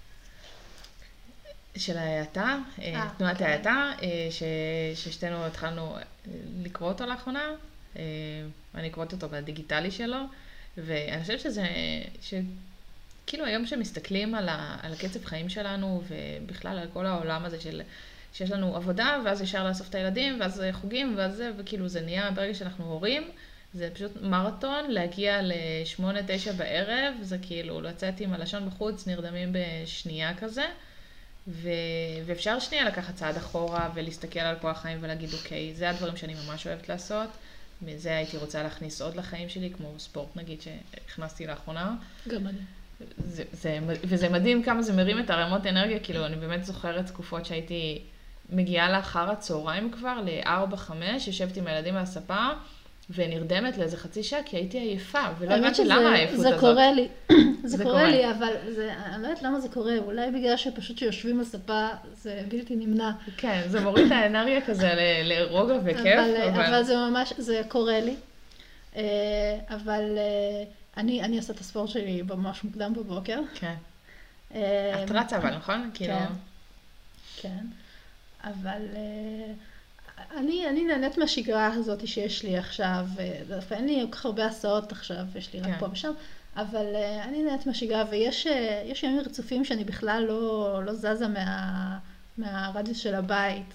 של ההאטה, תנועת ההאטה, ששתינו התחלנו לקרוא אותו לאחרונה, אני קוראת אותו בדיגיטלי שלו, ואני חושבת כאילו היום שמסתכלים על הקצב חיים שלנו, ובכלל על כל העולם הזה שיש לנו עבודה, ואז ישר לאסוף את הילדים, ואז חוגים, ואז זה, וכאילו זה נהיה ברגע שאנחנו הורים, זה פשוט מרתון, להגיע ל8-9 בערב, זה כאילו לצאת עם הלשון בחוץ, נרדמים בשנייה כזה, ואפשר שנייה לקחת צעד אחורה ולהסתכל על כל החיים ולהגיד, אוקיי, זה הדברים שאני ממש אוהבת לעשות, מזה הייתי רוצה להכניס עוד לחיים שלי, כמו ספורט נגיד שהכנסתי לאחרונה. גם אני. וזה מדהים כמה זה מרים את הרמות אנרגיה, כאילו אני באמת זוכרת תקופות שהייתי מגיעה לאחר הצהריים כבר, ל4-5, יושבת עם הילדים על הספה, ונרדמת לאיזה חצי שעה, כי הייתי עייפה, ולא הבנתי למה העייפות הזאת. זה קורה לי, זה קורה לי, אבל אני לא יודעת למה זה קורה, אולי בגלל שפשוט שיושבים על ספה, זה בלתי נמנע. כן, זה מוריד את האנרגיה כזה לרוגע וכיף, אבל זה ממש, זה קורה לי. אבל אני עושה את הספורט שלי ממש מוקדם בבוקר. כן. את רצה אבל, נכון? כן. כן. אבל אני נהנית מהשגרה הזאת שיש לי עכשיו, אין לי כל כך הרבה הסעות עכשיו, יש לי רק פה ושם, אבל אני נהנית מהשגרה, ויש ימים רצופים שאני בכלל לא זזה מהרדיוס של הבית.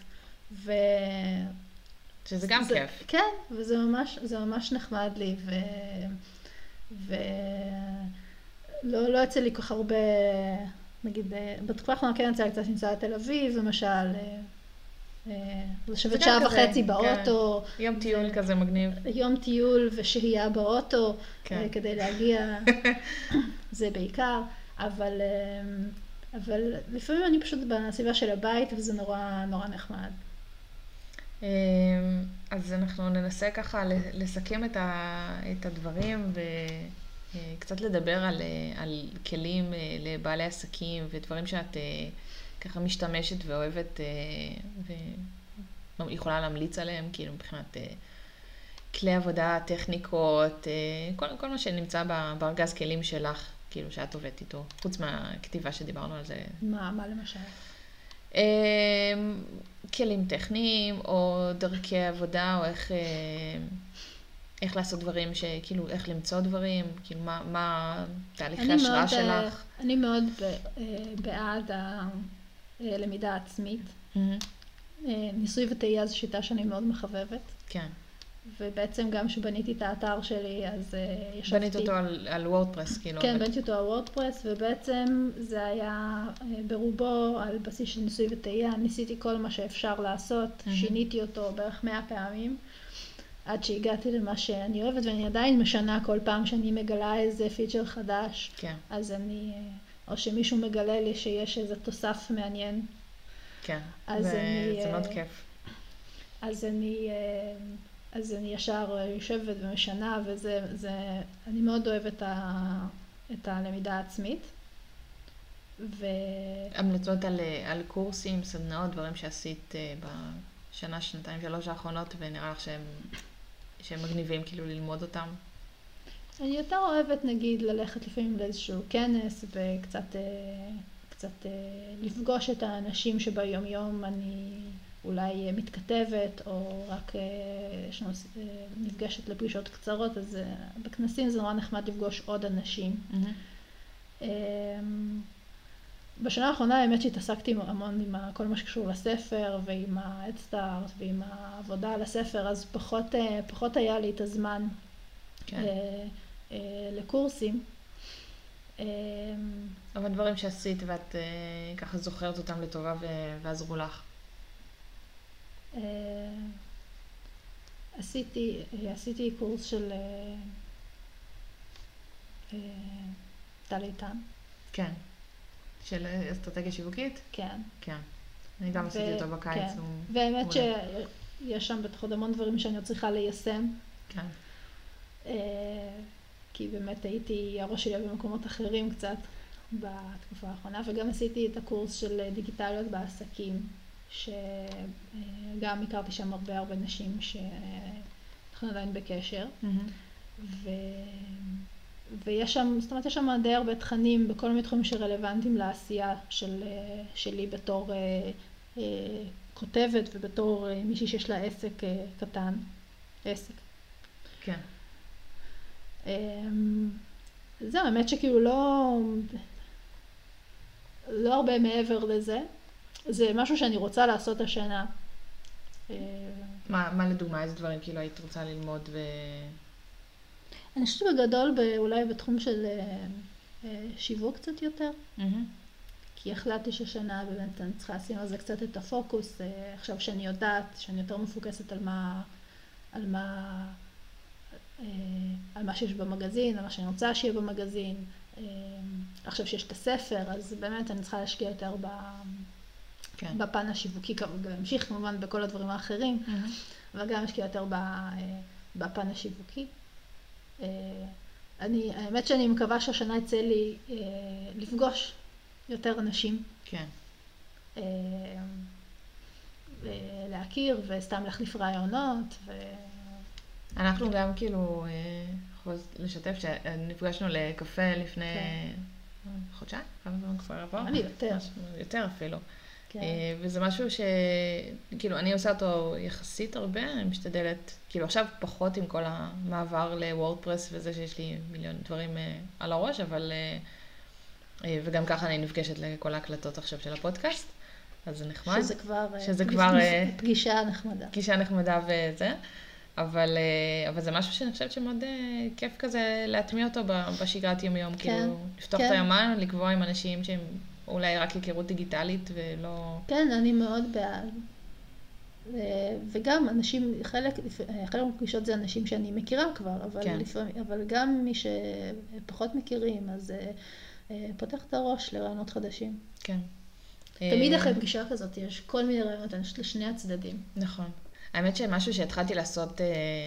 שזה גם כיף. כן, וזה ממש נחמד לי, ולא יצא לי כל כך הרבה, נגיד, בתקופה האחרונה כן יצא לי קצת לנסוע לתל אביב, למשל, לשבת 1.5 שעה באוטו. יום טיול כזה מגניב. יום טיול ושהייה באוטו, כדי להגיע, זה בעיקר, אבל לפעמים אני פשוט בסביבה של הבית, וזה נורא נחמד. אז אנחנו ננסה ככה לסכם את הדברים וקצת לדבר על כלים לבעלי עסקים ודברים שאת ככה משתמשת ואוהבת ויכולה להמליץ עליהם, כאילו מבחינת כלי עבודה, טכניקות, כל מה שנמצא בארגז כלים שלך, כאילו שאת עובדת איתו, חוץ מהכתיבה שדיברנו על זה. מה למשל? כלים טכניים או דרכי עבודה, או איך לעשות דברים, כאילו איך למצוא דברים, כאילו מה תהליכי השראה שלך. אני מאוד בעד הלמידה העצמית. ניסוי וטעייה זו שיטה שאני מאוד מחבבת. כן. ובעצם גם שבניתי את האתר שלי, אז ישבתי... בנית אותו על וורדפרס, כאילו. כן, בניתי אותו על וורדפרס, ובעצם זה היה ברובו על בסיס של ניסוי וטעייה. ניסיתי כל מה שאפשר לעשות, שיניתי אותו בערך 100 פעמים, עד שהגעתי למה שאני אוהבת, ואני עדיין משנה כל פעם שאני מגלה איזה פיצ'ר חדש. כן. אז או שמישהו מגלה לי שיש איזה תוסף מעניין. כן, זה מאוד כיף. אז אני ישר יושבת ומשנה, אני מאוד אוהבת את הלמידה העצמית. המלצות על קורסים, סדנאות, דברים שעשית בשנה, 2-3 האחרונות, ונראה לך שהם מגניבים כאילו ללמוד אותם? אני יותר אוהבת נגיד ללכת לפעמים לאיזשהו כנס, וקצת לפגוש את האנשים שביום יום אני אולי מתכתבת, או רק נפגשת לפגישות קצרות, אז בכנסים זה נורא נחמד לפגוש עוד אנשים. בשנה האחרונה האמת שהתעסקתי המון עם כל מה שקשור לספר, ועם ה-Head-Start, ועם העבודה על הספר, אז פחות היה לי את הזמן לקורסים. אבל דברים שעשית ואת ככה זוכרת אותם לטובה ועזרו לך. עשיתי קורס של טל איתן. כן. של אסטרטגיה שיווקית? כן. כן. אני גם עשיתי אותו בקיץ. כן. והאמת שיש שם בטח עוד המון דברים שאני עוד צריכה ליישם. כן. כי באמת הראש שלי במקומות אחרים קצת בתקופה האחרונה, וגם עשיתי את הקורס של דיגיטליות בעסקים, שגם הכרתי שם הרבה נשים שאנחנו עדיין בקשר. ויש שם, זאת אומרת, יש שם די הרבה תכנים בכל מיני תחומים שרלוונטיים לעשייה שלי בתור כותבת ובתור מישהי שיש לה עסק קטן. עסק. כן. זהו, האמת שכאילו לא הרבה מעבר לזה. זה משהו שאני רוצה לעשות השנה. מה לדוגמה, איזה דברים כאילו היית רוצה ללמוד אני חושבת בגדול אולי בתחום של שיווק קצת יותר. כי החלטתי ששנה באמת אני צריכה לשים על זה קצת את הפוקוס. עכשיו שאני יודעת, שאני יותר מפוקסת על מה שיש במגזין, על מה שאני רוצה שיהיה במגזין. עכשיו שיש את הספר, אז באמת אני צריכה להשקיע יותר בפן השיווקי, להמשיך כמובן בכל הדברים האחרים, אבל גם להשקיע יותר בפן השיווקי. האמת שאני מקווה שהשנה יצא לי לפגוש יותר אנשים. כן. להכיר וסתם להחליף רעיונות. אנחנו גם כאילו לשתף שנפגשנו לקפה לפני חודשיים, כמה זמן כבר עבר? אני יותר. יותר אפילו. וזה משהו שכאילו אני עושה אותו יחסית הרבה, אני משתדלת, כאילו עכשיו פחות עם כל המעבר לוורדפרס וזה שיש לי מיליון דברים על הראש, אבל וגם ככה אני נפגשת לכל ההקלטות עכשיו של הפודקאסט, אז זה נחמד. שזה כבר פגישה נחמדה. פגישה נחמדה וזה. אבל זה משהו שאני חושבת שמאוד כיף כזה להטמיע אותו בשגרת יום-יום, כאילו לפתוח את היומן, לקבוע עם אנשים שהם אולי רק היכרות דיגיטלית ולא... כן, אני מאוד בעד. וגם אנשים, חלק מהפגישות זה אנשים שאני מכירה כבר, אבל גם מי שפחות מכירים, אז פותח את הראש לרעיונות חדשים. כן. תמיד אחרי פגישה כזאת יש כל מיני רעיונות, אני חושבת לשני הצדדים. נכון. האמת שמשהו שהתחלתי לעשות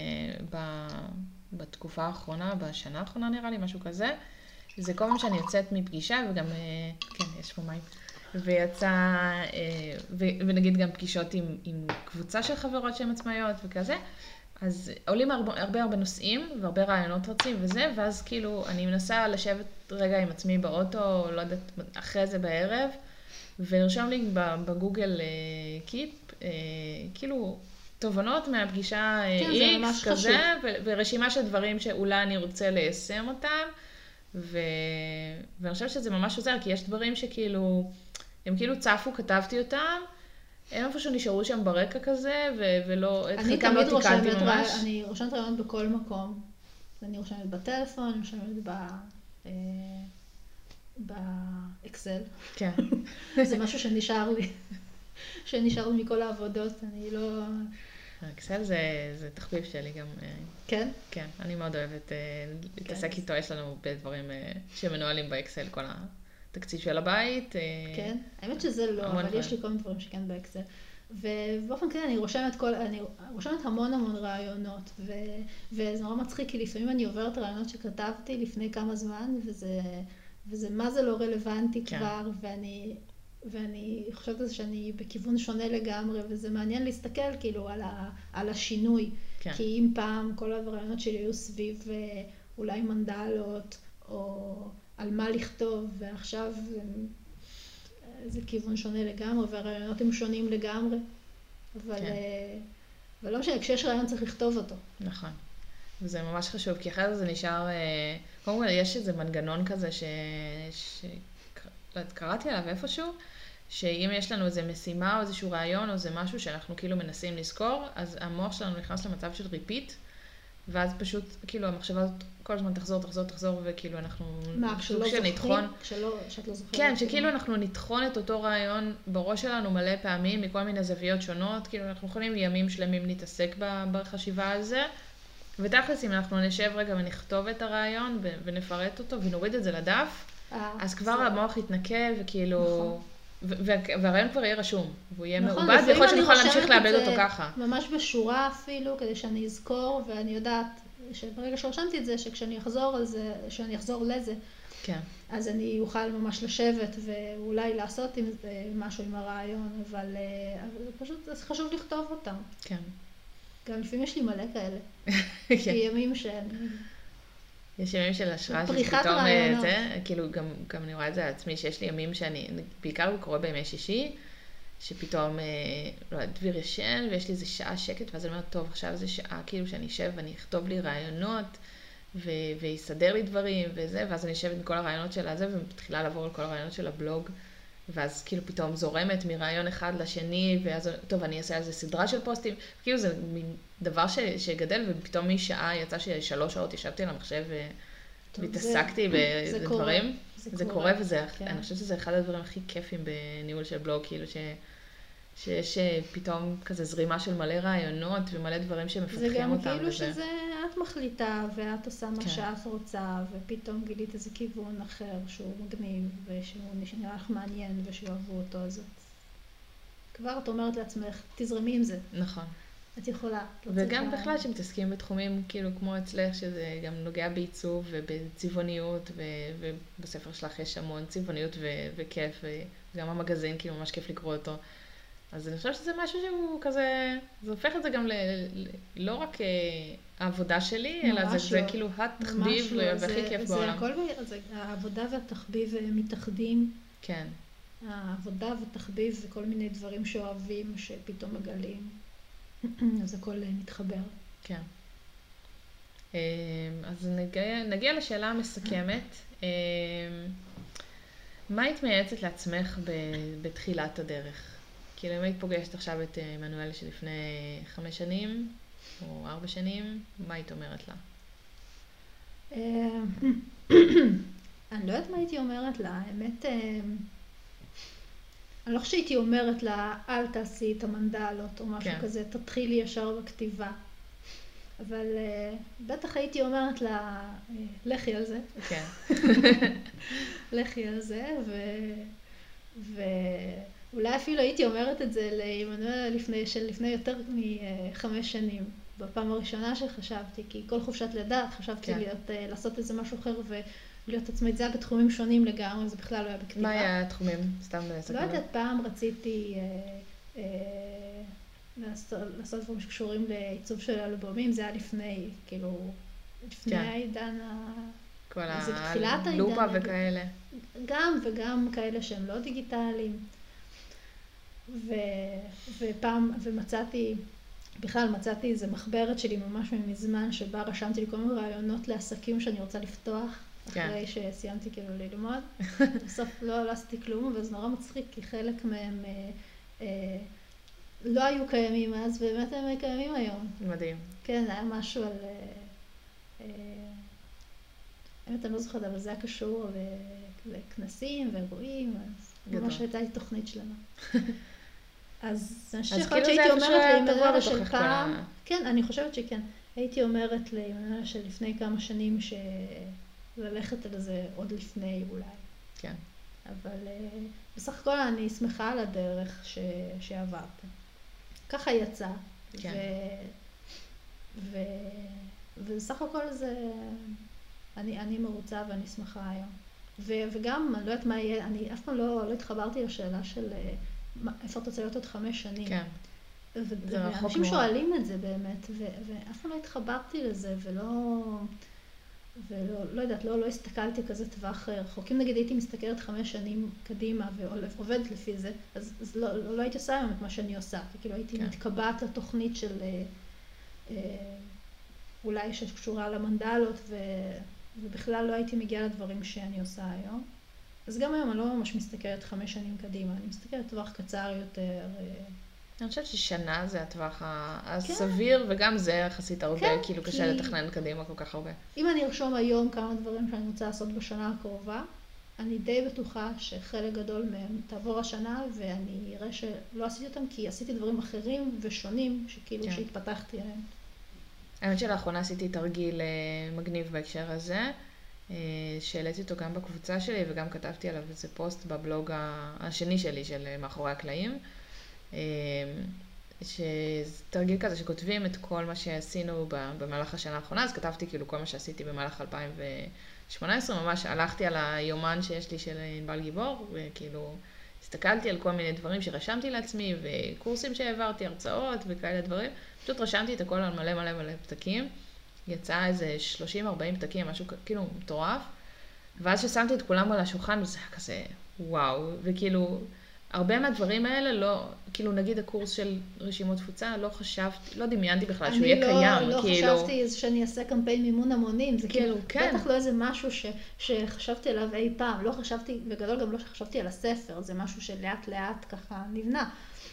בתקופה האחרונה, בשנה האחרונה נראה לי, משהו כזה, זה כל פעם שאני יוצאת מפגישה, וגם, כן, יש פה מים, ויצא, ונגיד גם פגישות עם קבוצה של חברות שהן עצמאיות וכזה, אז עולים הרבה נושאים, והרבה רעיונות רצים וזה, ואז כאילו אני מנסה לשבת רגע עם עצמי באוטו, לא יודעת, אחרי זה בערב, ולרשום לי בגוגל קיפ, כאילו, תובנות מהפגישה X כזה, ורשימה של דברים שאולי אני רוצה ליישם אותם, ואני חושבת שזה ממש עוזר, כי יש דברים שכאילו, הם כאילו צפו, כתבתי אותם, הם איפשהו נשארו שם ברקע כזה, ולא, את חלקם לא תיקלתי ממש. אני רושמת רעיונות בכל מקום, אני רושמת בטלפון, אני רושמת באקסל. כן. זה משהו שנשאר לי מכל העבודות, אני לא... אקסל זה תחביב שלי גם. כן? כן, אני מאוד אוהבת להתעסק איתו, יש לנו הרבה דברים שמנוהלים באקסל, כל התקציב של הבית. כן, האמת שזה לא, אבל יש לי כל מיני דברים שכן באקסל. ובאופן כזה אני רושמת המון רעיונות, וזה נורא מצחיק, כי לפעמים אני עוברת רעיונות שכתבתי לפני כמה זמן, וזה מה זה לא רלוונטי כבר, ואני חושבת על זה שאני בכיוון שונה לגמרי, וזה מעניין להסתכל כאילו על השינוי. כן. כי אם פעם כל הרעיונות שלי היו סביב אולי מנדלות, או על מה לכתוב, ועכשיו זה כיוון שונה לגמרי, והרעיונות הם שונים לגמרי. אבל לא משנה, כשיש רעיון צריך לכתוב אותו. נכון. וזה ממש חשוב, כי אחרי זה נשאר, קודם כל יש איזה מנגנון כזה קראתי עליו איפשהו, שאם יש לנו איזה משימה או איזשהו רעיון או איזה משהו שאנחנו כאילו מנסים לזכור, אז המוח שלנו נכנס למצב של ריפיט, ואז פשוט כאילו המחשבה הזאת כל הזמן תחזור, וכאילו אנחנו... מה, כשלא זוכרים? שאת לא זוכרת? כן, שכאילו אנחנו נטחון את אותו רעיון בראש שלנו מלא פעמים, מכל מיני זוויות שונות, כאילו אנחנו יכולים ימים שלמים להתעסק בחשיבה על זה, ותכלס אם אנחנו נשב רגע ונכתוב את הרעיון ונפרט אותו ונוריד את זה לדף, אז כבר המוח יתנקה וכאילו... והרעיון כבר יהיה רשום, והוא יהיה מעובד, ויכול להיות שנוכל להמשיך לאבד אותו ככה. ממש בשורה אפילו, כדי שאני אזכור, ואני יודעת שברגע שרשמתי את זה, שכשאני אחזור על זה, שאני אחזור לזה, כן. אז אני אוכל ממש לשבת, ואולי לעשות עם משהו עם הרעיון, אבל פשוט חשוב לכתוב אותם. כן. גם לפעמים יש לי מלא כאלה. יש לי ימים שאני... יש ימים של השראה שפתאום זה, כאילו גם אני רואה את זה על עצמי, שיש לי ימים שאני, בעיקר קורה בימי שישי, שפתאום, לא יודעת, דביר ישן, ויש לי איזה שעה שקט, ואז אני אומרת, טוב, עכשיו זה שעה כאילו שאני אשב ואני אכתוב לי רעיונות, ויסדר לי דברים וזה, ואז אני אשב עם כל הרעיונות של הזה, ומתחילה לעבור על כל הרעיונות של הבלוג, ואז כאילו פתאום זורמת מרעיון אחד לשני, ואז, טוב, אני אעשה על זה סדרה של פוסטים, כאילו זה מין דבר שגדל, ופתאום משעה יצא ש3 שעות ישבתי על המחשב, והתעסקתי בדברים. זה קורה, ואני חושבת שזה אחד הדברים הכי כיפים בניהול של בלוג, כאילו שיש פתאום כזה זרימה של מלא רעיונות, ומלא דברים שמפתחים אותם. זה גם כאילו שזה את מחליטה, ואת עושה מה שאת רוצה, ופתאום גילית איזה כיוון אחר, שהוא מגניב, ושהוא נראה לך מעניין, ושיאהבו אותו, אז כבר את אומרת לעצמך, תזרמי עם זה. נכון. את יכולה. וגם בכלל שמתעסקים בתחומים כאילו כמו אצלך, שזה גם נוגע בעיצוב ובצבעוניות, ובספר שלך יש המון צבעוניות וכיף, וגם המגזין כאילו ממש כיף לקרוא אותו. אז אני חושבת שזה משהו שהוא כזה, זה הופך את זה גם לא רק העבודה שלי, אלא זה כאילו התחביב והכי כיף בעולם. העבודה והתחביב מתאחדים. כן. העבודה והתחביב וכל מיני דברים שאוהבים שפתאום מגלים. אז הכל מתחבר. כן. אז נגיע לשאלה המסכמת. מה היית מייעצת לעצמך בתחילת הדרך? כאילו אם היית פוגשת עכשיו את עמנואל שלפני 5 שנים או 4 שנים, מה היית אומרת לה? אני לא יודעת מה הייתי אומרת לה. האמת, אני לא חושבת שהייתי אומרת לה, אל תעשי את המנדלות או משהו כזה, תתחילי ישר בכתיבה. אבל בטח הייתי אומרת לה, לכי על זה. כן. לכי על זה, ואולי אפילו הייתי אומרת את זה לעמנואל לפני יותר מ5 שנים, בפעם הראשונה שחשבתי, כי כל חופשת לידה חשבתי לעשות איזה משהו אחר להיות עצמית, זה היה בתחומים שונים לגמרי, זה בכלל לא היה בכתיבה. מה היה התחומים? סתם לסכם. לא יודעת, פעם רציתי לעשות דברים שקשורים לעיצוב של אלבומים, זה היה לפני, כאילו, לפני העידן, כל הלופה וכאלה. גם וגם כאלה שהם לא דיגיטליים. ומצאתי, בכלל מצאתי איזו מחברת שלי ממש מזמן, שבה רשמתי לי כל מיני רעיונות לעסקים שאני רוצה לפתוח. אחרי שסיימתי כאילו ללמוד, בסוף לא עשיתי כלום, וזה נורא מצחיק, כי חלק מהם לא היו קיימים אז, באמת הם קיימים היום. מדהים. כן, היה משהו על... באמת אני לא זוכרת, אבל זה היה קשור לכנסים ואירועים, אז ממש הייתה לי תוכנית שלמה. אז אני חושבת שהייתי אומרת לעמנואל של פעם, כן, אני חושבת שכן, הייתי אומרת לעמנואל של לפני כמה שנים ללכת על זה עוד לפני אולי. כן. אבל בסך הכל אני שמחה על הדרך שעברתם. ככה יצא. כן. ובסך הכל זה... אני מרוצה ואני שמחה היום. וגם, אני לא יודעת מה יהיה, אני אף פעם לא התחברתי לשאלה של איפה אתה רוצה להיות עוד 5 שנים. כן. ואנשים שואלים את זה באמת, ואף פעם לא התחברתי לזה, ולא... ולא לא יודעת, לא הסתכלתי כזה טווח רחוק. אם נגיד הייתי מסתכלת 5 שנים קדימה ועובדת לפי זה, אז לא הייתי עושה היום את מה שאני עושה. כאילו הייתי מתקבעת לתוכנית של אולי שקשורה למנדלות, ובכלל לא הייתי מגיעה לדברים שאני עושה היום. אז גם היום אני לא ממש מסתכלת 5 שנים קדימה, אני מסתכלת טווח קצר יותר. אני חושבת ששנה זה הטווח הסביר, וגם זה יחסית הרבה, כאילו קשה לתכנן קדימה כל כך הרבה. אם אני ארשום היום כמה דברים שאני רוצה לעשות בשנה הקרובה, אני די בטוחה שחלק גדול מהם תעבור השנה, ואני אראה שלא עשיתי אותם, כי עשיתי דברים אחרים ושונים, שכאילו שהתפתחתי עליהם. האמת שלאחרונה עשיתי תרגיל מגניב בהקשר הזה, שהעליתי אותו גם בקבוצה שלי, וגם כתבתי עליו איזה פוסט בבלוג השני שלי של מאחורי הקלעים. שתרגיל כזה שכותבים את כל מה שעשינו במהלך השנה האחרונה, אז כתבתי כאילו כל מה שעשיתי במהלך 2018, ממש הלכתי על היומן שיש לי של ענבל גיבור, וכאילו הסתכלתי על כל מיני דברים שרשמתי לעצמי, וקורסים שהעברתי, הרצאות וכאלה דברים, פשוט רשמתי את הכל על מלא מלא מלא פתקים, יצא איזה 30-40 פתקים, משהו כאילו מטורף, ואז ששמתי את כולם על השולחן, וזה היה כזה וואו, וכאילו הרבה מהדברים האלה לא, כאילו נגיד הקורס של רשימות תפוצה, לא חשבתי, לא דמיינתי בכלל שהוא יהיה קיים. אני לא חשבתי שאני אעשה קמפיין מימון המונים, זה כאילו, בטח לא איזה משהו שחשבתי עליו אי פעם, לא חשבתי, בגדול גם לא חשבתי על הספר, זה משהו שלאט לאט ככה נבנה.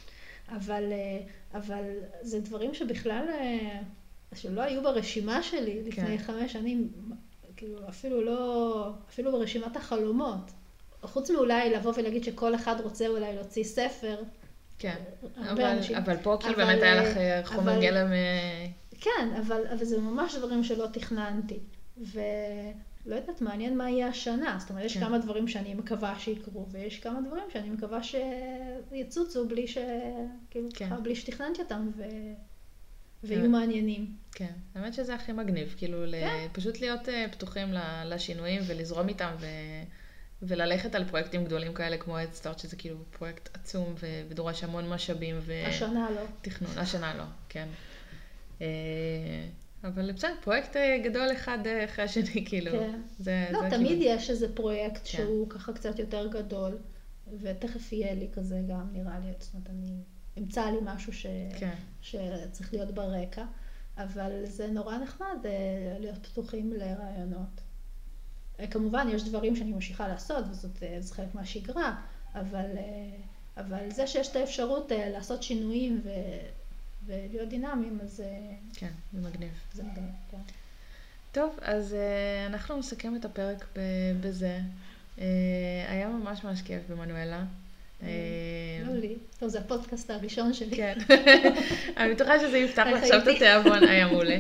אבל זה דברים שבכלל, שלא היו ברשימה שלי לפני 5 שנים, כאילו אפילו ברשימת החלומות. חוץ מאולי לבוא ולהגיד שכל אחד רוצה אולי להוציא ספר. כן, אבל פה כאילו באמת היה לך חומר גלם. כן, אבל זה ממש דברים שלא תכננתי. ולא יודעת, מעניין מה יהיה השנה. זאת אומרת, יש כמה דברים שאני מקווה שיקרו, ויש כמה דברים שאני מקווה שיצוצו בלי שתכננתי אותם ויהיו מעניינים. כן, האמת שזה הכי מגניב, כאילו פשוט להיות פתוחים לשינויים ולזרום איתם וללכת על פרויקטים גדולים כאלה כמו הדסטארט, שזה כאילו פרויקט עצום ודורש המון משאבים השנה לא. תכנון, השנה לא, כן. אבל בסדר, פרויקט גדול אחד אחרי השני, כאילו. כן. לא, תמיד יש איזה פרויקט שהוא ככה קצת יותר גדול, ותכף יהיה לי כזה גם, נראה לי, זאת אומרת, אני אמצא לי משהו שצריך להיות ברקע, אבל זה נורא נחמד להיות פתוחים לרעיונות. כמובן, יש דברים שאני ממשיכה לעשות, וזה חלק מהשגרה, אבל זה שיש את האפשרות לעשות שינויים ולהיות דינמיים, אז כן, זה מגניב. זה מגניב, כן. טוב, אז אנחנו נסכם את הפרק בזה. היה ממש ממש כיף במנואלה. לא לי. טוב, זה הפודקאסט הראשון שלי. כן. אני בטוחה שזה יפתח עכשיו את התיאבון, היה מעולה.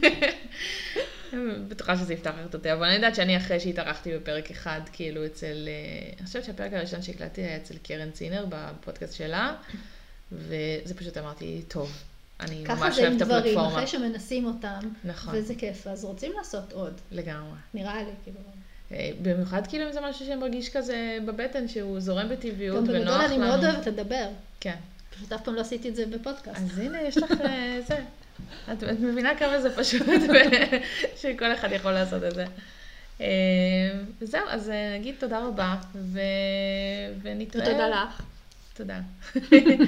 בטוחה שזה יפתח את התיאבון. אני יודעת שאני אחרי שהתארחתי בפרק אחד, כאילו אצל, אני חושבת שהפרק הראשון שהקלטתי היה אצל קרן צינר בפודקאסט שלה, וזה פשוט אמרתי, טוב, אני ממש אוהבת את הפלטפורמה. ככה זה עם דברים, אחרי שמנסים אותם, וזה כיף, אז רוצים לעשות עוד. לגמרי. נראה לי, כאילו. במיוחד כאילו אם זה משהו שמרגיש כזה בבטן, שהוא זורם בטבעיות ונוח לנו. גם בגדול אני מאוד אוהבת לדבר. כן. פשוט אף פעם לא עשיתי את זה בפודקאסט. אז הנה, יש לך זה. את מבינה כמה זה פשוט, שכל אחד יכול לעשות את זה. וזהו, אז נגיד תודה רבה, ונתראה. ותודה לך. תודה.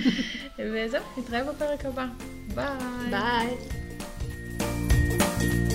וזהו, נתראה בפרק הבא. ביי. ביי.